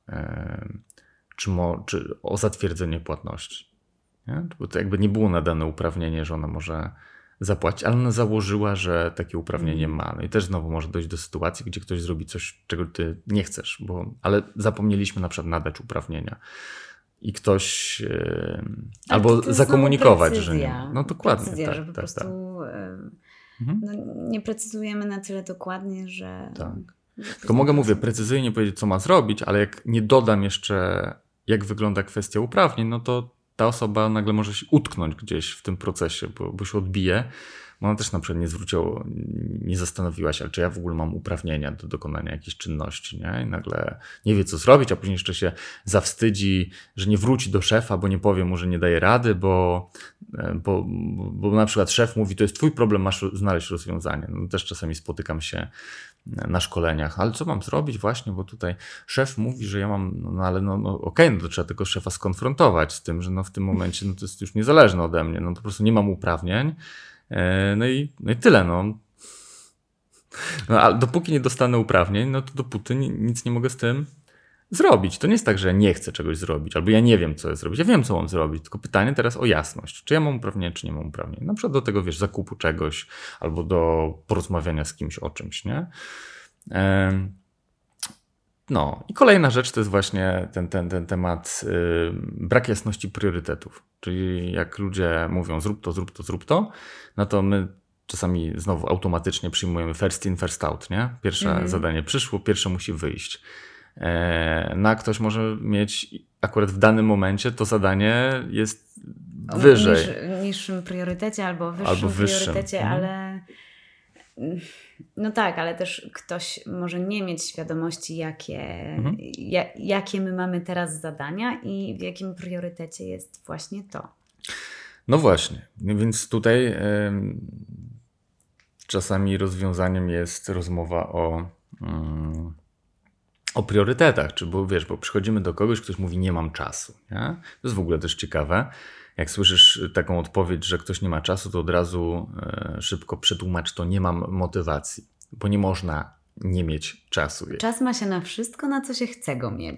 czy o zatwierdzenie płatności. Nie? Bo to jakby nie było nadane uprawnienie, że ona może zapłacić, ale ona założyła, że takie uprawnienie ma. No i też znowu może dojść do sytuacji, gdzie ktoś zrobi coś, czego ty nie chcesz, ale zapomnieliśmy na przykład nadać uprawnienia. I ktoś albo zakomunikować, że nie ma. No dokładnie. Precyzja, że po prostu nie precyzujemy na tyle dokładnie, że... Tak. Tylko mówię, precyzyjnie powiedzieć, co ma zrobić, ale jak nie dodam jeszcze, jak wygląda kwestia uprawnień, no to ta osoba nagle może się utknąć gdzieś w tym procesie, bo się odbije. Bo ona też na przykład nie zastanowiła się, ale czy ja w ogóle mam uprawnienia do dokonania jakiejś czynności, nie? I nagle nie wie, co zrobić, a później jeszcze się zawstydzi, że nie wróci do szefa, bo nie powie mu, że nie daje rady, bo na przykład szef mówi, to jest twój problem, masz znaleźć rozwiązanie. No, też czasami spotykam się na szkoleniach, ale co mam zrobić właśnie, bo tutaj szef mówi, że ja mam, okej, to trzeba tego szefa skonfrontować z tym, że w tym momencie to jest już niezależne ode mnie, po prostu nie mam uprawnień. No i tyle, ale dopóki nie dostanę uprawnień, to dopóty nic nie mogę z tym zrobić. To nie jest tak, że ja nie chcę czegoś zrobić, albo ja nie wiem, co zrobić. Ja wiem, co mam zrobić, tylko pytanie teraz o jasność. Czy ja mam uprawnienia, czy nie mam uprawnień. Na przykład do tego, zakupu czegoś, albo do porozmawiania z kimś o czymś, nie? I kolejna rzecz to jest właśnie ten temat brak jasności priorytetów. Czyli jak ludzie mówią zrób to, no to my czasami znowu automatycznie przyjmujemy first in, first out, nie? Pierwsze zadanie przyszło, pierwsze musi wyjść. A ktoś może mieć akurat w danym momencie to zadanie jest wyżej. Niższym priorytecie albo wyższym priorytecie, ale... No tak, ale też ktoś może nie mieć świadomości, jakie my mamy teraz zadania i w jakim priorytecie jest właśnie to. No właśnie, więc tutaj czasami rozwiązaniem jest rozmowa o priorytetach, bo przychodzimy do kogoś, ktoś mówi nie mam czasu. Nie? To jest w ogóle też ciekawe. Jak słyszysz taką odpowiedź, że ktoś nie ma czasu, to od razu szybko przetłumacz to nie mam motywacji, bo nie można nie mieć czasu. Czas ma się na wszystko, na co się chce go mieć.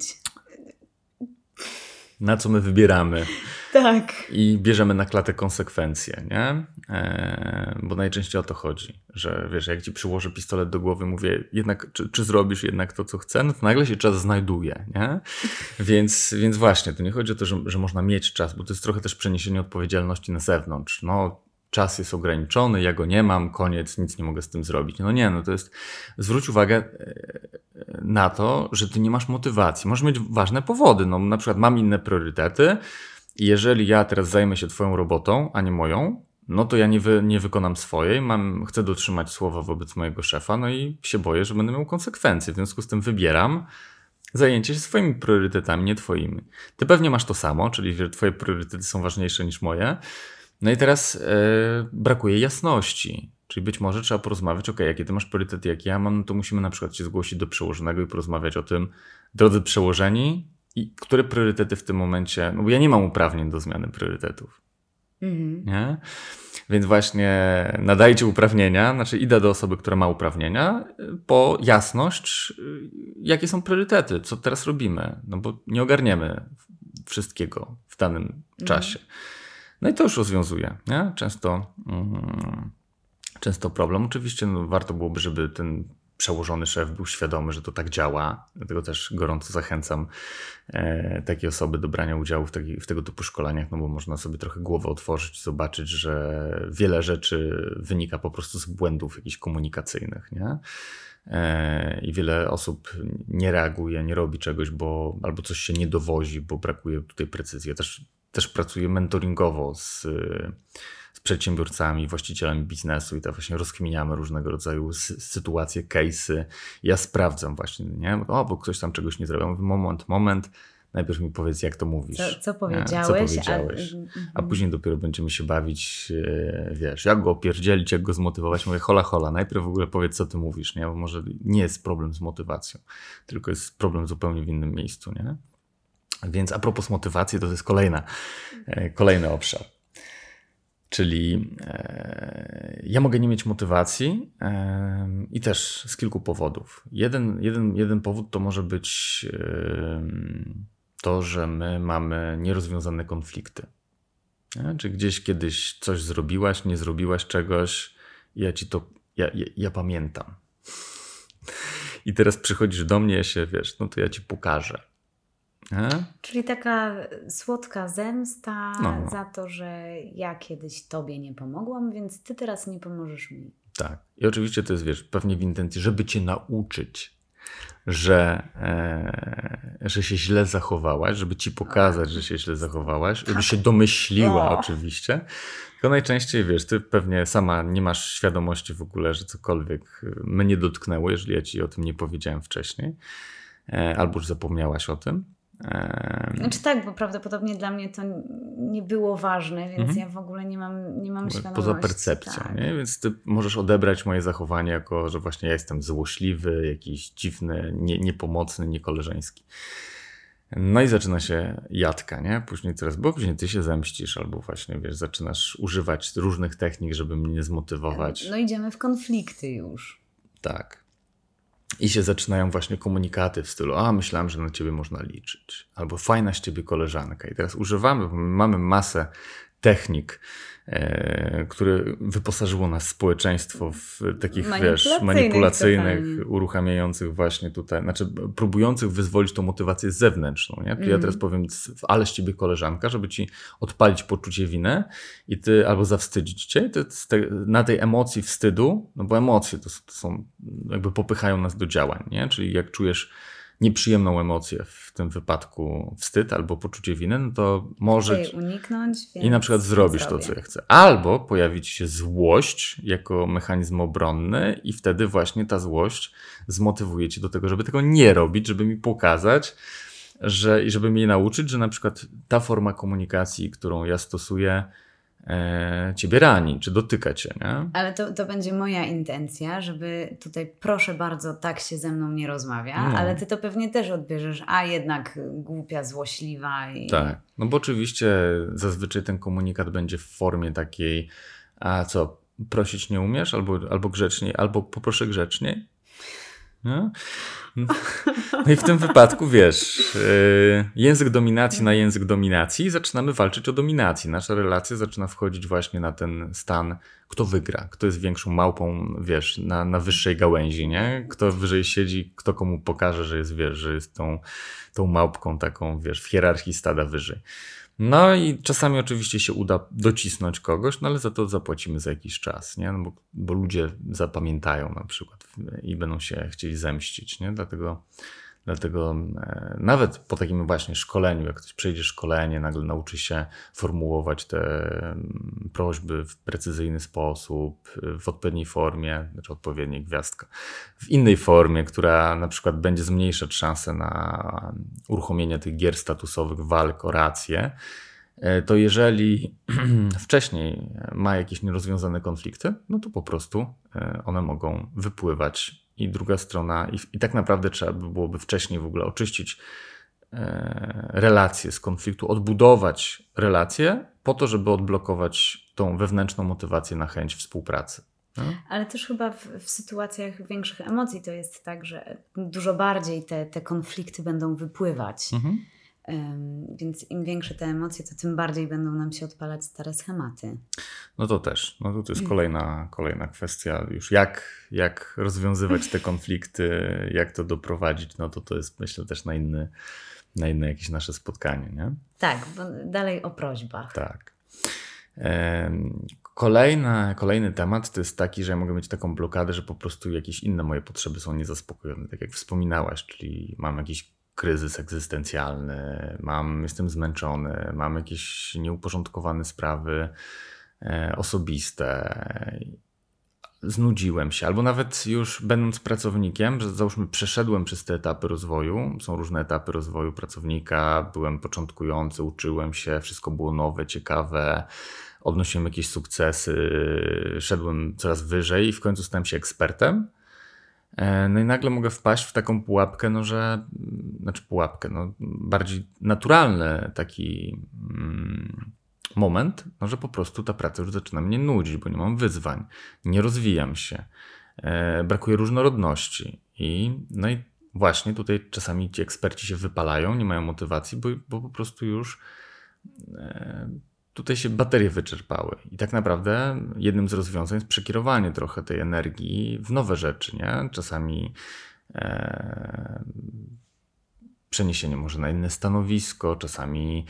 Na co my wybieramy. Tak. I bierzemy na klatę konsekwencje, nie? Bo najczęściej o to chodzi, że jak ci przyłożę pistolet do głowy, mówię, jednak czy zrobisz jednak to, co chcę, no to nagle się czas znajduje, nie? Więc właśnie, to nie chodzi o to, że można mieć czas, bo to jest trochę też przeniesienie odpowiedzialności na zewnątrz. Czas jest ograniczony, ja go nie mam, koniec, nic nie mogę z tym zrobić. To jest, zwróć uwagę na to, że ty nie masz motywacji. Możesz mieć ważne powody, na przykład mam inne priorytety i jeżeli ja teraz zajmę się twoją robotą, a nie moją, to ja nie wykonam swojej, chcę dotrzymać słowa wobec mojego szefa, i się boję, że będę miał konsekwencje. W związku z tym wybieram zajęcie się swoimi priorytetami, nie twoimi. Ty pewnie masz to samo, czyli że twoje priorytety są ważniejsze niż moje. I teraz brakuje jasności. Czyli być może trzeba porozmawiać, jakie ty masz priorytety, jakie ja mam, to musimy na przykład się zgłosić do przełożonego i porozmawiać o tym, drodzy przełożeni, i które priorytety w tym momencie, bo ja nie mam uprawnień do zmiany priorytetów. Nie? Więc właśnie nadajcie uprawnienia, znaczy idę do osoby, która ma uprawnienia, po jasność, jakie są priorytety, co teraz robimy, no bo nie ogarniemy wszystkiego w danym czasie. No i to już rozwiązuje, nie? Często problem. Oczywiście warto byłoby, żeby ten przełożony szef był świadomy, że to tak działa. Dlatego też gorąco zachęcam takie osoby do brania udziału w tego typu szkoleniach, no bo można sobie trochę głowę otworzyć, zobaczyć, że wiele rzeczy wynika po prostu z błędów jakichś komunikacyjnych, nie? I wiele osób nie reaguje, nie robi czegoś, albo coś się nie dowozi, bo brakuje tutaj precyzji. Ja też pracuję mentoringowo z przedsiębiorcami, właścicielami biznesu i tak właśnie rozkminiamy różnego rodzaju sytuacje, case'y. Ja sprawdzam właśnie, nie? Bo ktoś tam czegoś nie zrobił. Mówię, moment, najpierw mi powiedz, jak to mówisz. Co powiedziałeś? A później dopiero będziemy się bawić, wiesz, jak go opierdzielić, jak go zmotywować. Mówię, hola, najpierw w ogóle powiedz, co ty mówisz, nie? Bo może nie jest problem z motywacją, tylko jest problem zupełnie w innym miejscu, nie? Więc a propos motywacji, to jest kolejny obszar. Czyli ja mogę nie mieć motywacji i też z kilku powodów. Jeden powód to może być to, że my mamy nierozwiązane konflikty. Nie? Czy gdzieś kiedyś coś zrobiłaś, nie zrobiłaś czegoś, ja pamiętam. I teraz przychodzisz do mnie, no to ja ci pokażę. Czyli taka słodka zemsta za to, że ja kiedyś tobie nie pomogłam, więc ty teraz nie pomożesz mi. Tak. I oczywiście to jest, pewnie w intencji, żeby cię nauczyć, że się źle zachowałaś, żeby ci pokazać, że się źle zachowałaś, żeby się domyśliła oczywiście. Tylko najczęściej, ty pewnie sama nie masz świadomości w ogóle, że cokolwiek mnie dotknęło, jeżeli ja ci o tym nie powiedziałem wcześniej, albo już zapomniałaś o tym. Znaczy tak, bo prawdopodobnie dla mnie to nie było ważne, więc ja w ogóle nie mam świadomości. Poza percepcją, tak. Nie? Więc ty możesz odebrać moje zachowanie jako, że właśnie ja jestem złośliwy, jakiś dziwny, niepomocny, niekoleżeński. No i zaczyna się jadka, nie? Później ty się zemścisz, albo właśnie, zaczynasz używać różnych technik, żeby mnie zmotywować. No idziemy w konflikty już. Tak. I się zaczynają właśnie komunikaty w stylu, myślałem, że na ciebie można liczyć. Albo fajna z ciebie koleżanka. I teraz mamy masę technik, które wyposażyło nas społeczeństwo w takich, manipulacyjnych, uruchamiających właśnie tutaj, znaczy próbujących wyzwolić tą motywację zewnętrzną. Nie? Ja teraz powiem, ale z ciebie koleżanka, żeby ci odpalić poczucie winy i ty albo zawstydzić cię. Na tej emocji wstydu, no bo emocje to są jakby popychają nas do działań, nie? Czyli jak czujesz nieprzyjemną emocję, w tym wypadku wstyd albo poczucie winy, no to możesz uniknąć, i na przykład zrobisz to, co ja chcę. Albo pojawi ci się złość jako mechanizm obronny i wtedy właśnie ta złość zmotywuje cię do tego, żeby tego nie robić, żeby mi pokazać, i żeby mnie nauczyć, że na przykład ta forma komunikacji, którą ja stosuję, ciebie rani, czy dotyka cię, nie? Ale to będzie moja intencja, żeby tutaj proszę bardzo, tak się ze mną nie rozmawia, ale ty to pewnie też odbierzesz, jednak głupia, złośliwa. Tak, no bo oczywiście zazwyczaj ten komunikat będzie w formie takiej, prosić nie umiesz, albo grzeczniej, albo poproszę grzeczniej. No? No i w tym wypadku język dominacji na język dominacji, zaczynamy walczyć o dominacji. Nasza relacja zaczyna wchodzić właśnie na ten stan, kto wygra, kto jest większą małpą, na wyższej gałęzi, nie? Kto wyżej siedzi, kto komu pokaże, że jest tą małpką taką, w hierarchii stada wyżej. No i czasami oczywiście się uda docisnąć kogoś, no ale za to zapłacimy za jakiś czas, nie? No bo ludzie zapamiętają na przykład i będą się chcieli zemścić, nie? Dlatego nawet po takim właśnie szkoleniu, jak ktoś przejdzie szkolenie, nagle nauczy się formułować te prośby w precyzyjny sposób, w odpowiedniej formie, znaczy odpowiedniej gwiazdka, w innej formie, która na przykład będzie zmniejszać szanse na uruchomienie tych gier statusowych, walk o rację, to jeżeli wcześniej ma jakieś nierozwiązane konflikty, no to po prostu one mogą wypływać. I druga strona, i tak naprawdę trzeba by byłoby wcześniej w ogóle oczyścić relacje z konfliktu, odbudować relacje po to, żeby odblokować tą wewnętrzną motywację na chęć współpracy. No? Ale też chyba w sytuacjach większych emocji to jest tak, że dużo bardziej te konflikty będą wypływać. Więc im większe te emocje, to tym bardziej będą nam się odpalać stare schematy. No to też. No to jest kolejna kwestia już jak rozwiązywać te konflikty, jak to doprowadzić, no to jest myślę też na inne jakieś nasze spotkanie, nie? Tak, bo dalej o prośbach. Tak. Kolejny temat to jest taki, że ja mogę mieć taką blokadę, że po prostu jakieś inne moje potrzeby są niezaspokojone, tak jak wspominałaś, czyli mam jakiś kryzys egzystencjalny, jestem zmęczony, mam jakieś nieuporządkowane sprawy osobiste, znudziłem się, albo nawet już będąc pracownikiem, że załóżmy przeszedłem przez te etapy rozwoju, są różne etapy rozwoju pracownika, byłem początkujący, uczyłem się, wszystko było nowe, ciekawe, odnosiłem jakieś sukcesy, szedłem coraz wyżej i w końcu stałem się ekspertem. No i nagle mogę wpaść w taką pułapkę, bardziej naturalny taki moment, że po prostu ta praca już zaczyna mnie nudzić, bo nie mam wyzwań, nie rozwijam się, brakuje różnorodności i właśnie tutaj czasami ci eksperci się wypalają, nie mają motywacji, bo po prostu już tutaj się baterie wyczerpały i tak naprawdę jednym z rozwiązań jest przekierowanie trochę tej energii w nowe rzeczy, nie? Czasami przeniesienie może na inne stanowisko, czasami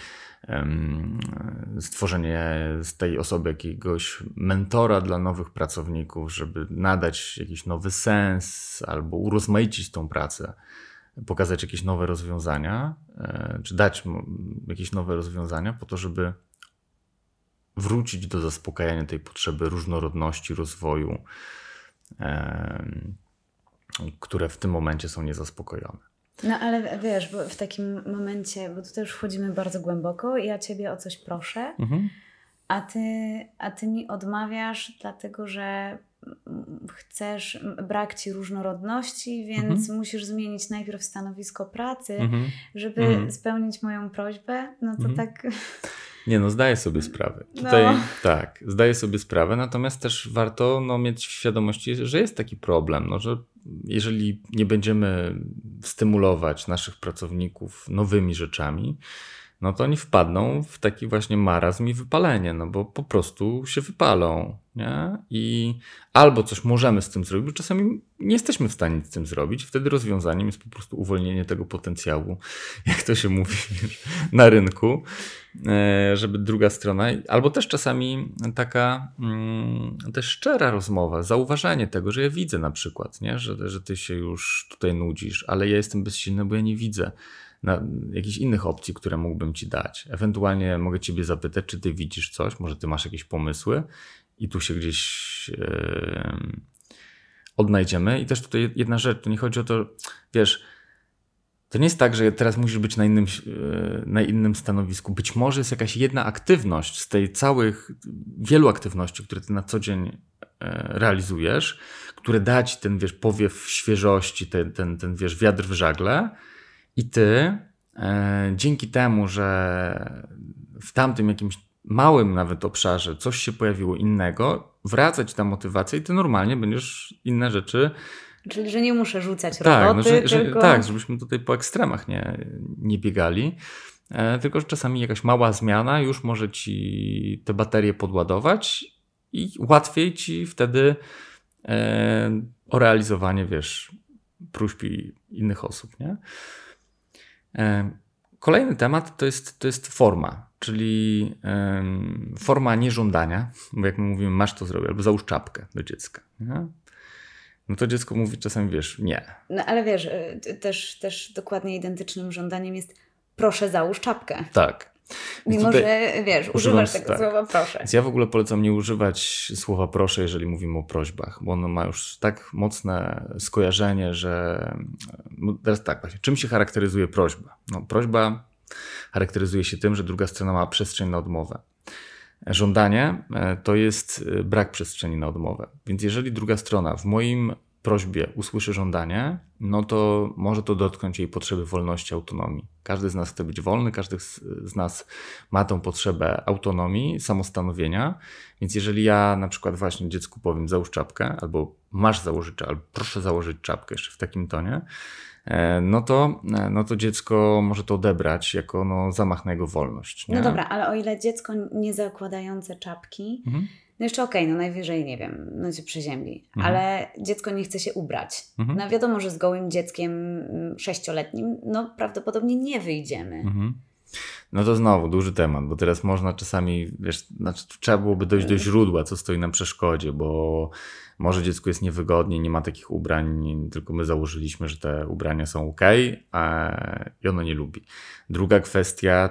stworzenie z tej osoby jakiegoś mentora dla nowych pracowników, żeby nadać jakiś nowy sens albo urozmaicić tą pracę, pokazać jakieś nowe rozwiązania, czy dać jakieś nowe rozwiązania po to, żeby wrócić do zaspokajania tej potrzeby różnorodności, rozwoju, które w tym momencie są niezaspokojone. No ale wiesz, bo w takim momencie, bo tutaj już wchodzimy bardzo głęboko, ja ciebie o coś proszę, a ty mi odmawiasz, dlatego że brak ci różnorodności, więc musisz zmienić najpierw stanowisko pracy, żeby spełnić moją prośbę. No to tak... Nie, zdaję sobie sprawę. Tutaj tak, zdaję sobie sprawę, natomiast też warto mieć świadomość, że jest taki problem, że jeżeli nie będziemy stymulować naszych pracowników nowymi rzeczami, to oni wpadną w taki właśnie marazm i wypalenie, bo po prostu się wypalą, nie? I albo coś możemy z tym zrobić, bo czasami nie jesteśmy w stanie z tym zrobić. Wtedy rozwiązaniem jest po prostu uwolnienie tego potencjału, jak to się mówi na rynku, żeby druga strona, albo też czasami taka też szczera rozmowa, zauważenie tego, że ja widzę na przykład, nie? Że ty się już tutaj nudzisz, ale ja jestem bezsilny, bo ja nie widzę jakichś innych opcji, które mógłbym ci dać. Ewentualnie mogę ciebie zapytać, czy ty widzisz coś, może ty masz jakieś pomysły i tu się gdzieś odnajdziemy. I też tutaj jedna rzecz, to nie chodzi o to, wiesz, to nie jest tak, że teraz musisz być na innym stanowisku. Być może jest jakaś jedna aktywność z tej wielu aktywności, które ty na co dzień realizujesz, które da ci ten, powiew świeżości, ten wiatr w żagle. I ty dzięki temu, że w tamtym jakimś małym nawet obszarze coś się pojawiło innego, wraca ci ta motywacja i ty normalnie będziesz inne rzeczy... Czyli, że nie muszę rzucać roboty, tylko... Tak, żebyśmy tutaj po ekstremach nie biegali, tylko że czasami jakaś mała zmiana już może ci te baterie podładować i łatwiej ci wtedy o realizowanie, próśb innych osób, nie? Kolejny temat to jest forma, czyli forma nieżądania, bo jak my mówimy, masz to zrobić, albo załóż czapkę do dziecka. Nie? To dziecko mówi czasami, nie. Ale też dokładnie identycznym żądaniem jest proszę załóż czapkę. Tak. Mimo, że używasz tego słowa proszę. Więc ja w ogóle polecam nie używać słowa proszę, jeżeli mówimy o prośbach, bo ono ma już tak mocne skojarzenie, że... Teraz tak właśnie, czym się charakteryzuje prośba? Prośba charakteryzuje się tym, że druga strona ma przestrzeń na odmowę. Żądanie to jest brak przestrzeni na odmowę. Więc jeżeli druga strona w moim prośbie usłyszy żądanie, no to może to dotknąć jej potrzeby wolności, autonomii. Każdy z nas chce być wolny, każdy z nas ma tą potrzebę autonomii, samostanowienia, więc jeżeli ja na przykład właśnie dziecku powiem załóż czapkę, albo masz założyć, albo proszę założyć czapkę jeszcze w takim tonie, no to dziecko może to odebrać jako zamach na jego wolność. Nie? No dobra, ale o ile dziecko nie zakładające czapki, no jeszcze okej, no najwyżej, nie wiem, no się przeziębi, ale dziecko nie chce się ubrać. No wiadomo, że z gołym dzieckiem 6-letnim, no prawdopodobnie nie wyjdziemy. No to znowu duży temat, bo teraz można czasami, trzeba byłoby dojść do źródła, co stoi na przeszkodzie, bo może dziecku jest niewygodnie, nie ma takich ubrań, tylko my założyliśmy, że te ubrania są okej, i ono nie lubi. Druga kwestia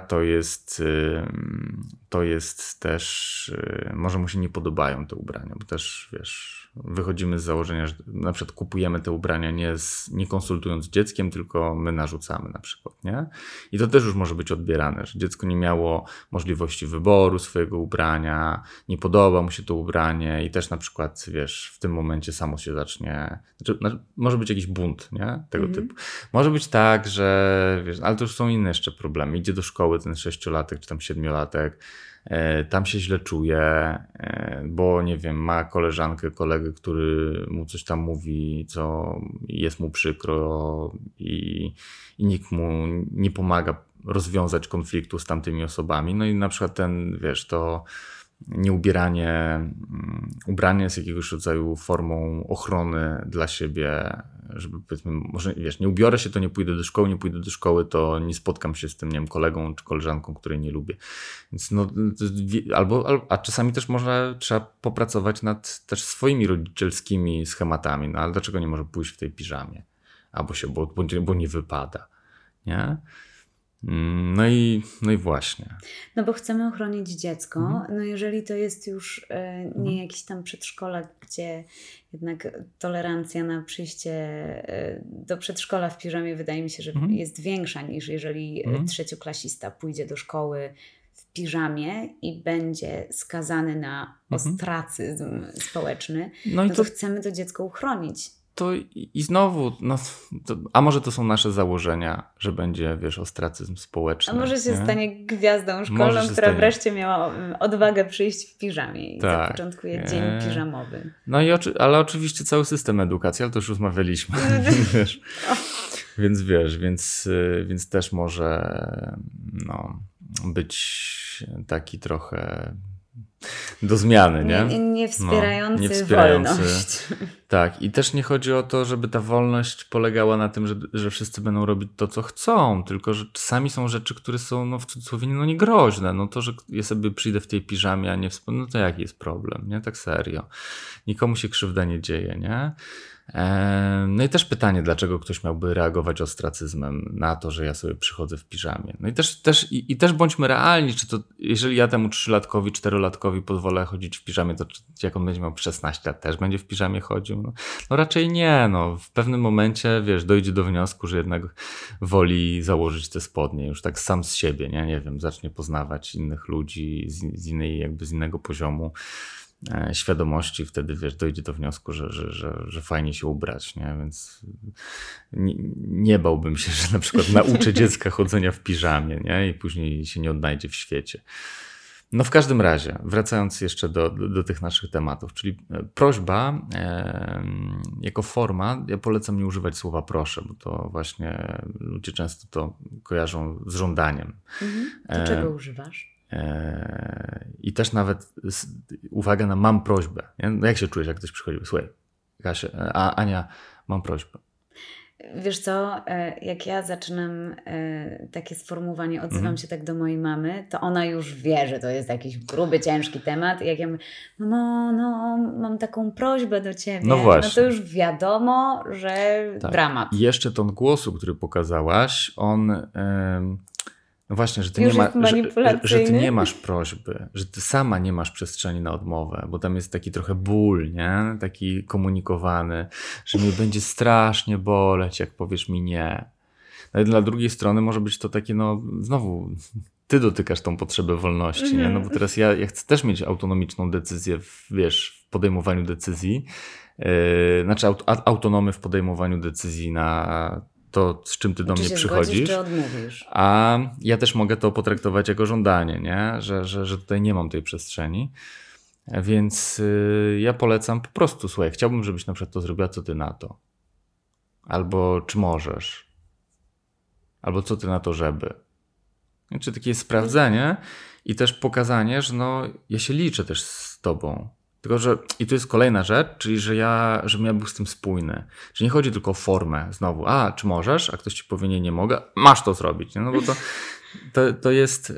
to jest też, może mu się nie podobają te ubrania, bo też wychodzimy z założenia, że na przykład kupujemy te ubrania nie konsultując z dzieckiem, tylko my narzucamy na przykład, nie? I to też już może być odbierane, że dziecko nie miało możliwości wyboru swojego ubrania, nie podoba mu się to ubranie i też na przykład, w tym momencie samo się zacznie, może być jakiś bunt, nie? Tego typu. Może być tak, że, ale to już są inne jeszcze problemy. Idzie do szkoły ten 6-latek czy tam 7-latek, tam się źle czuje, bo nie wiem, ma koleżankę, kolegę, który mu coś tam mówi, co jest mu przykro i nikt mu nie pomaga rozwiązać konfliktu z tamtymi osobami. No i na przykład to nieubieranie, ubranie jest jakiegoś rodzaju formą ochrony dla siebie, żeby powiedzmy, może nie ubiorę się, to nie pójdę do szkoły, to nie spotkam się z tym, nie wiem, kolegą czy koleżanką, której nie lubię. Więc a czasami też trzeba popracować nad też swoimi rodzicielskimi schematami, no ale dlaczego nie może pójść w tej piżamie? Bo nie wypada, nie? No i właśnie. No bo chcemy ochronić dziecko, no jeżeli to jest już nie jakiś tam przedszkolak, gdzie jednak tolerancja na przyjście do przedszkola w piżamie wydaje mi się, że jest większa niż jeżeli trzecioklasista pójdzie do szkoły w piżamie i będzie skazany na ostracyzm społeczny, no to chcemy to dziecko uchronić. To i znowu, a może to są nasze założenia, że będzie, ostracyzm społeczny. A może się stanie gwiazdą szkolną, która wreszcie miała odwagę przyjść w piżamie i zapoczątkuje dzień piżamowy. No ale oczywiście cały system edukacji, ale to już rozmawialiśmy. Więc też może być taki trochę do zmiany, nie? Nie wspierający wolność. Tak, i też nie chodzi o to, żeby ta wolność polegała na tym, że wszyscy będą robić to, co chcą, tylko że czasami są rzeczy, które są w cudzysłowie niegroźne. No to, że ja sobie przyjdę w tej piżamie, a nie no to jaki jest problem, nie? Tak serio. Nikomu się krzywda nie dzieje, nie? No i też pytanie, dlaczego ktoś miałby reagować ostracyzmem na to, że ja sobie przychodzę w piżamie. No i też bądźmy realni, czy to jeżeli ja temu 3-latkowi, 4-latkowi pozwolę chodzić w piżamie, to jak on będzie miał 16 lat, też będzie w piżamie chodził? No raczej nie. W pewnym momencie, dojdzie do wniosku, że jednak woli założyć te spodnie już tak sam z siebie, nie wiem, zacznie poznawać innych ludzi z innego poziomu świadomości, wtedy dojdzie do wniosku, że fajnie się ubrać, nie? Więc nie bałbym się, że na przykład nauczę dziecka chodzenia w piżamie, nie? I później się nie odnajdzie w świecie. No w każdym razie, wracając jeszcze do tych naszych tematów, czyli prośba jako forma, ja polecam nie używać słowa proszę, bo to właśnie ludzie często to kojarzą z żądaniem. To czego używasz? I też nawet uwaga na mam prośbę. Nie? No jak się czujesz, jak ktoś przychodzi? Słuchaj, Kasia, Ania, mam prośbę. Wiesz co, jak ja zaczynam takie sformułowanie, odzywam się tak do mojej mamy, to ona już wie, że to jest jakiś gruby, ciężki temat. I jak ja mówię, no, mam taką prośbę do ciebie, no to już wiadomo, że dramat. I jeszcze ton głosu, który pokazałaś, on... No właśnie, że ty nie masz prośby, że ty sama nie masz przestrzeni na odmowę, bo tam jest taki trochę ból, nie? Taki komunikowany, że mnie będzie strasznie boleć, jak powiesz mi nie. No i dla drugiej strony może być to takie, znowu ty dotykasz tą potrzebę wolności, nie? No bo teraz ja chcę też mieć autonomiczną decyzję, w podejmowaniu decyzji, znaczy autonomię w podejmowaniu decyzji na to, z czym ty do mnie przychodzisz. Zgodzisz, czy odmówisz. A ja też mogę to potraktować jako żądanie, nie? Że tutaj nie mam tej przestrzeni. Więc ja polecam po prostu, słuchaj, chciałbym, żebyś na przykład to zrobiła, co ty na to. Albo czy możesz. Albo co ty na to, żeby. Czy takie sprawdzenie i też pokazanie, że no ja się liczę też z tobą. Tylko, że i tu jest kolejna rzecz, czyli żebym ja był z tym spójny. Że nie chodzi tylko o formę znowu. Czy możesz? A ktoś ci powie, nie mogę. Masz to zrobić. Nie? No bo to jest...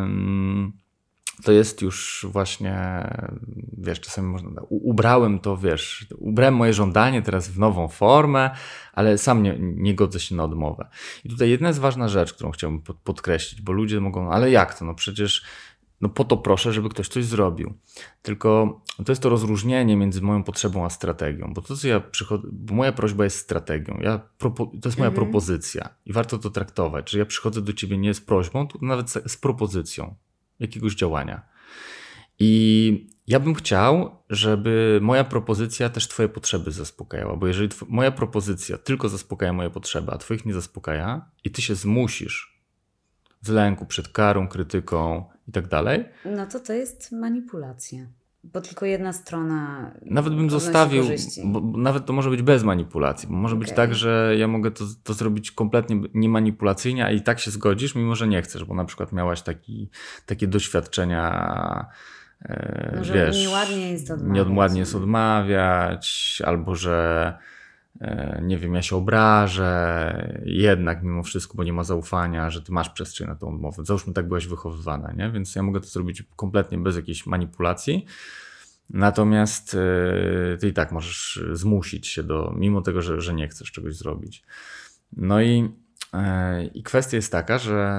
To jest już właśnie, wiesz, czasami można... Ubrałem to, wiesz, ubrałem moje żądanie teraz w nową formę, ale sam nie godzę się na odmowę. I tutaj jedna jest ważna rzecz, którą chciałbym podkreślić, bo ludzie mogą, ale jak to? No przecież po to proszę, żeby ktoś coś zrobił. Tylko to jest to rozróżnienie między moją potrzebą a strategią, bo to, co bo moja prośba jest strategią. To jest moja propozycja i warto to traktować, że ja przychodzę do ciebie nie z prośbą, tylko nawet z propozycją jakiegoś działania. I ja bym chciał, żeby moja propozycja też twoje potrzeby zaspokajała, bo jeżeli moja propozycja tylko zaspokaja moje potrzeby, a twoich nie zaspokaja i ty się zmusisz z lęku przed karą, krytyką i tak dalej. No to jest manipulacja. Bo tylko jedna strona. Nawet bym zostawił, bo nawet to może być bez manipulacji, bo może być tak, że ja mogę to zrobić kompletnie niemanipulacyjnie, a i tak się zgodzisz, mimo że nie chcesz, bo na przykład miałaś takie doświadczenia, że wiesz, nieładnie jest odmawiać, albo że nie wiem, ja się obrażę, jednak mimo wszystko, bo nie ma zaufania, że ty masz przestrzeń na tą odmowę. Załóżmy, tak byłaś wychowywana, nie? Więc ja mogę to zrobić kompletnie bez jakiejś manipulacji. Natomiast ty i tak możesz zmusić się mimo tego, że nie chcesz czegoś zrobić. No i kwestia jest taka,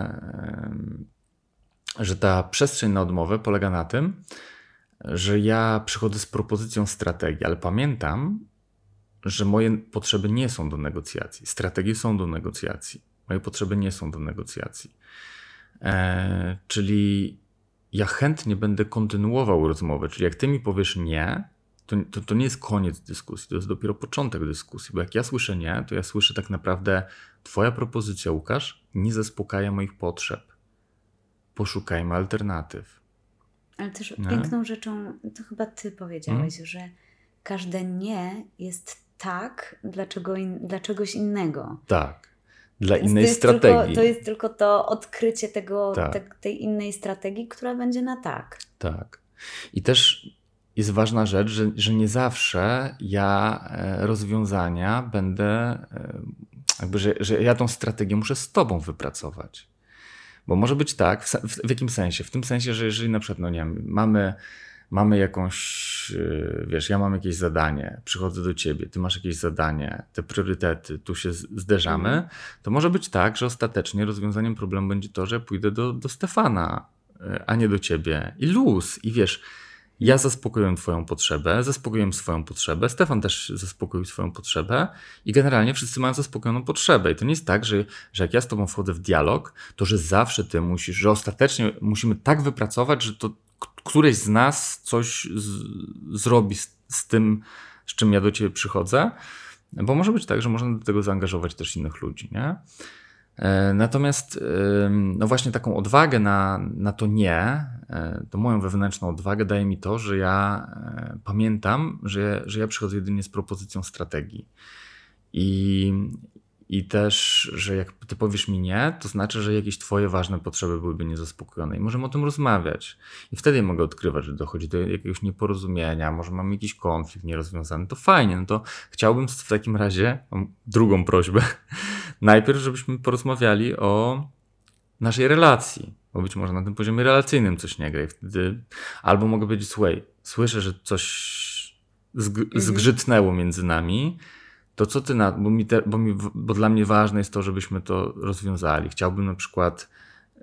że ta przestrzeń na odmowę polega na tym, że ja przychodzę z propozycją strategii, ale pamiętam, że moje potrzeby nie są do negocjacji. Strategie są do negocjacji. Moje potrzeby nie są do negocjacji. Czyli ja chętnie będę kontynuował rozmowę. Czyli jak ty mi powiesz nie, to nie jest koniec dyskusji. To jest dopiero początek dyskusji. Bo jak ja słyszę nie, to ja słyszę tak naprawdę twoja propozycja, Łukasz, nie zaspokaja moich potrzeb. Poszukajmy alternatyw. Ale też piękną rzeczą, to chyba ty powiedziałeś, że każde nie jest tak dla czegoś innego. Tak, dla innej strategii. To jest tylko to odkrycie tej innej strategii, która będzie na tak. Tak. I też jest ważna rzecz, że nie zawsze ja rozwiązania będę, że ja tą strategię muszę z tobą wypracować. Bo może być tak, w jakim sensie? W tym sensie, że jeżeli na przykład, no nie wiem, mamy jakąś, wiesz, ja mam jakieś zadanie, przychodzę do ciebie, ty masz jakieś zadanie, te priorytety, tu się zderzamy, to może być tak, że ostatecznie rozwiązaniem problemu będzie to, że ja pójdę do Stefana, a nie do ciebie. I luz. I wiesz, ja zaspokoiłem twoją potrzebę, zaspokoiłem swoją potrzebę, Stefan też zaspokoił swoją potrzebę i generalnie wszyscy mają zaspokojoną potrzebę. I to nie jest tak, że jak ja z tobą wchodzę w dialog, to że zawsze ty musisz, że ostatecznie musimy tak wypracować, że to któreś z nas coś zrobi z tym, z czym ja do ciebie przychodzę, bo może być tak, że można do tego zaangażować też innych ludzi, nie? Natomiast no właśnie taką odwagę na to nie, to moją wewnętrzną odwagę daje mi to, że ja pamiętam, że ja przychodzę jedynie z propozycją strategii. I też, że jak ty powiesz mi nie, to znaczy, że jakieś twoje ważne potrzeby byłyby niezaspokojone i możemy o tym rozmawiać. I wtedy ja mogę odkrywać, że dochodzi do jakiegoś nieporozumienia, może mamy jakiś konflikt nierozwiązany, to fajnie, no to chciałbym w takim razie, mam drugą prośbę, najpierw żebyśmy porozmawiali o naszej relacji, bo być może na tym poziomie relacyjnym coś nie gra i wtedy albo mogę powiedzieć, słuchaj, słyszę, że coś zgrzytnęło między nami, to co ty bo dla mnie ważne jest to, żebyśmy to rozwiązali. Chciałbym na przykład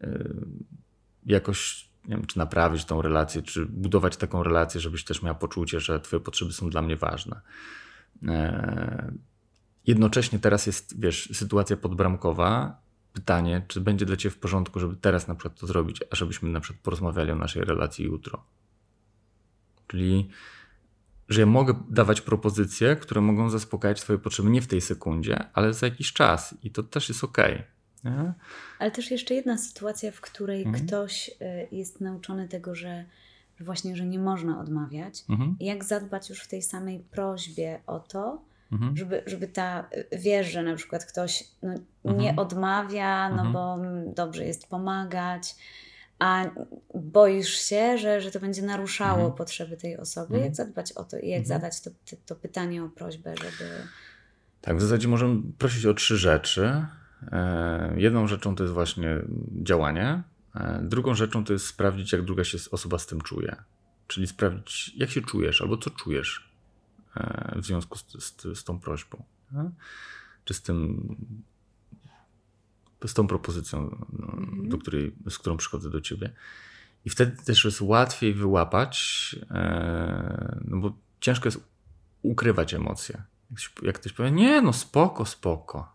jakoś, nie wiem, czy naprawić tą relację, czy budować taką relację, żebyś też miała poczucie, że twoje potrzeby są dla mnie ważne. Jednocześnie teraz jest, wiesz, sytuacja podbramkowa. pytanie, czy będzie dla ciebie w porządku, żeby teraz na przykład to zrobić, a żebyśmy na przykład porozmawiali o naszej relacji jutro. Czyli, że ja mogę dawać propozycje, które mogą zaspokajać twoje potrzeby nie w tej sekundzie, ale za jakiś czas i to też jest okej. Nie? Ale też jeszcze jedna sytuacja, w której ktoś jest nauczony tego, że właśnie, że nie można odmawiać. I jak zadbać już w tej samej prośbie o to, żeby wiesz, że na przykład ktoś nie odmawia, bo dobrze jest pomagać, a boisz się, że to będzie naruszało potrzeby tej osoby. Jak zadbać o to i jak zadać to pytanie o prośbę, żeby... Tak, w zasadzie możemy prosić o 3 rzeczy. Jedną rzeczą to jest właśnie działanie. Drugą rzeczą to jest sprawdzić, jak druga się osoba z tym czuje. Czyli sprawdzić, jak się czujesz albo co czujesz w związku z tą prośbą. Czy z tą propozycją, z którą przychodzę do ciebie. I wtedy też jest łatwiej wyłapać, bo ciężko jest ukrywać emocje. Jak ktoś powie, nie, no spoko.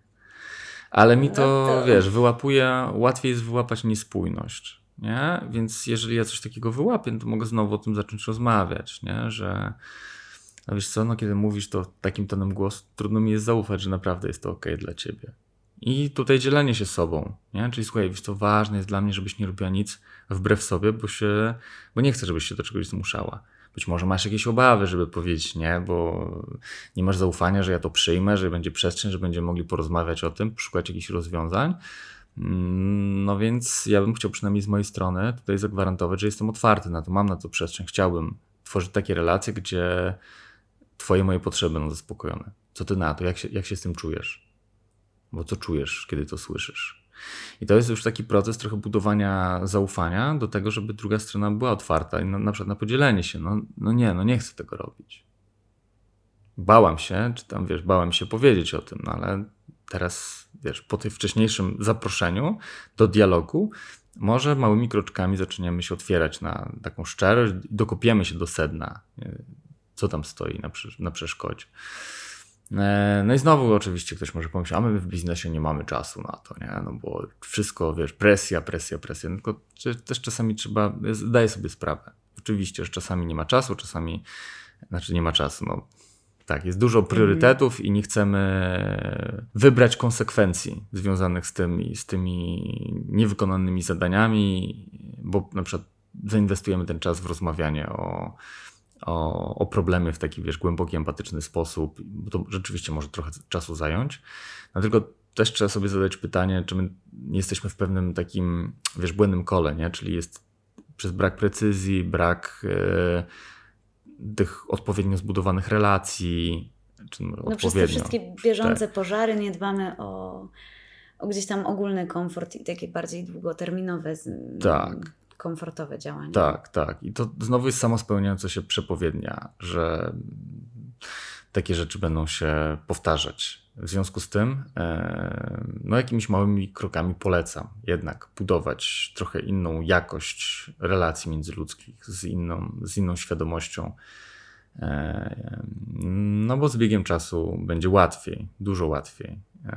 Ale mi to, wyłapuje, łatwiej jest wyłapać niespójność, nie? Więc jeżeli ja coś takiego wyłapię, to mogę znowu o tym zacząć rozmawiać, nie? Że wiesz co, kiedy mówisz to takim tonem głosu, trudno mi jest zaufać, że naprawdę jest to okej dla ciebie. I tutaj dzielenie się sobą, nie? Czyli słuchaj, wiesz co, ważne jest dla mnie, żebyś nie robiła nic wbrew sobie, bo nie chcę, żebyś się do czegoś zmuszała. Być może masz jakieś obawy, żeby powiedzieć nie, bo nie masz zaufania, że ja to przyjmę, że będzie przestrzeń, że będziemy mogli porozmawiać o tym, poszukać jakichś rozwiązań. No więc ja bym chciał przynajmniej z mojej strony tutaj zagwarantować, że jestem otwarty na to, mam na to przestrzeń. Chciałbym tworzyć takie relacje, gdzie twoje moje potrzeby będą zaspokojone. Co ty na to? Jak się z tym czujesz? Bo co czujesz, kiedy to słyszysz? I to jest już taki proces trochę budowania zaufania do tego, żeby druga strona była otwarta i na przykład na podzielenie się. Nie chcę tego robić. Bałam się, bałem się powiedzieć o tym, ale teraz, po tym wcześniejszym zaproszeniu do dialogu, może małymi kroczkami zaczniemy się otwierać na taką szczerość i dokopiemy się do sedna, co tam stoi na przeszkodzie. No i znowu oczywiście ktoś może pomyśleć, a my w biznesie nie mamy czasu na to, nie? No bo wszystko, presja. Tylko też czasami zdaję sobie sprawę. Oczywiście, że czasami nie ma czasu, nie ma czasu, no tak, jest dużo priorytetów i nie chcemy wybrać konsekwencji związanych z tymi niewykonanymi zadaniami, bo na przykład zainwestujemy ten czas w rozmawianie o problemy w taki, głęboki, empatyczny sposób, bo to rzeczywiście może trochę czasu zająć. No tylko też trzeba sobie zadać pytanie, czy my nie jesteśmy w pewnym takim, błędnym kole, nie? Czyli jest przez brak precyzji, brak tych odpowiednio zbudowanych relacji. Przez te wszystkie bieżące pożary nie dbamy o gdzieś tam ogólny komfort i takie bardziej długoterminowe komfortowe działania. Tak. I to znowu jest samospełniająca się przepowiednia, że takie rzeczy będą się powtarzać. W związku z tym jakimiś małymi krokami polecam jednak budować trochę inną jakość relacji międzyludzkich z inną świadomością. No bo z biegiem czasu będzie łatwiej, dużo łatwiej.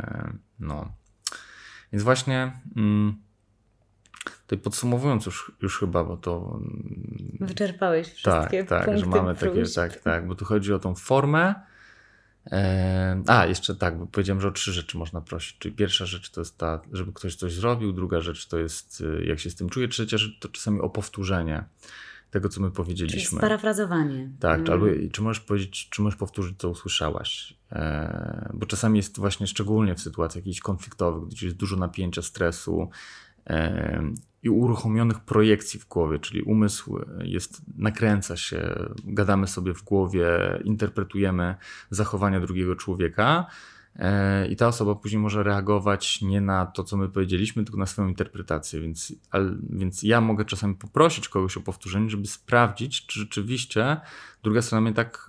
Więc właśnie tutaj podsumowując już chyba, bo to... Wyczerpałeś wszystkie punkty że mamy takie, bo tu chodzi o tą formę. Jeszcze bo powiedziałem, że o 3 rzeczy można prosić. Czyli pierwsza rzecz to jest ta, żeby ktoś coś zrobił, druga rzecz to jest jak się z tym czuje, trzecia rzecz to czasami o powtórzenie tego, co my powiedzieliśmy. Czyli sparafrazowanie. Tak, albo czy możesz powiedzieć, czy możesz powtórzyć, co usłyszałaś. Bo czasami jest właśnie szczególnie w sytuacjach jakichś konfliktowych, gdzie jest dużo napięcia, stresu i uruchomionych projekcji w głowie, czyli umysł nakręca się, gadamy sobie w głowie, interpretujemy zachowania drugiego człowieka i ta osoba później może reagować nie na to, co my powiedzieliśmy, tylko na swoją interpretację, więc ja mogę czasami poprosić kogoś o powtórzenie, żeby sprawdzić, czy rzeczywiście druga strona mnie tak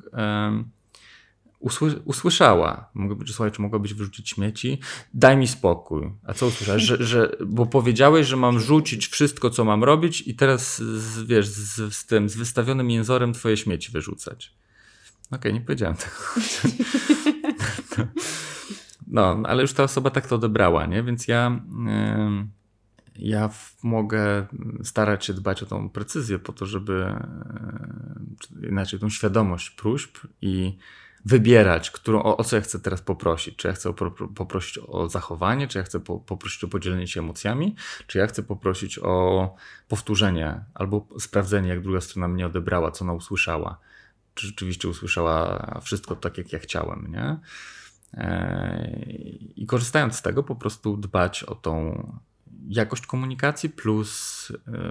usłyszała. Mogę być, słuchaj, czy mogłabyś wyrzucić śmieci? Daj mi spokój. A co usłyszałeś? Bo powiedziałeś, że mam rzucić wszystko, co mam robić i teraz z wystawionym jęzorem twoje śmieci wyrzucać. Okej, nie powiedziałem tego. no, ale już ta osoba tak to odebrała, nie? Więc ja mogę starać się dbać o tą precyzję po to, żeby inaczej tą świadomość próśb i wybierać, o co ja chcę teraz poprosić. Czy ja chcę poprosić o zachowanie, czy ja chcę poprosić o podzielenie się emocjami, czy ja chcę poprosić o powtórzenie albo sprawdzenie, jak druga strona mnie odebrała, co ona usłyszała. Czy rzeczywiście usłyszała wszystko tak, jak ja chciałem, nie? I korzystając z tego, po prostu dbać o tą jakość komunikacji plus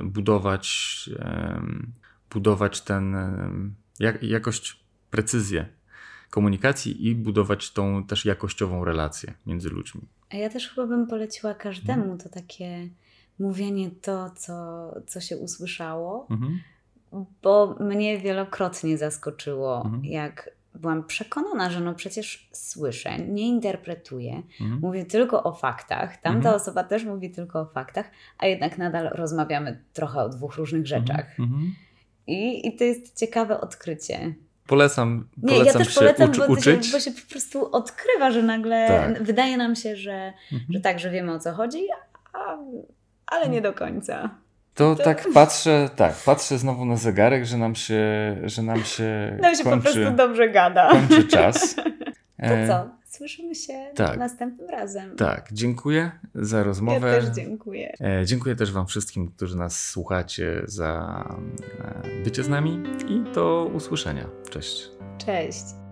budować ten jakość, precyzję komunikacji i budować tą też jakościową relację między ludźmi. A ja też chyba bym poleciła każdemu to takie mówienie to, co się usłyszało, bo mnie wielokrotnie zaskoczyło, jak byłam przekonana, że no przecież słyszę, nie interpretuję, mówię tylko o faktach, tamta osoba też mówi tylko o faktach, a jednak nadal rozmawiamy trochę o dwóch różnych rzeczach. I to jest ciekawe odkrycie. Polecam ja też polecam, uczyć. Bo się po prostu odkrywa, że nagle wydaje nam się, że że wiemy, o co chodzi, ale nie do końca. To tak patrzę znowu na zegarek, że nam się kończy, po prostu dobrze gada. Kończy czas. To co? Słyszymy się następnym razem. Tak, dziękuję za rozmowę. Ja też dziękuję. Dziękuję też Wam wszystkim, którzy nas słuchacie, za bycie z nami i do usłyszenia. Cześć. Cześć.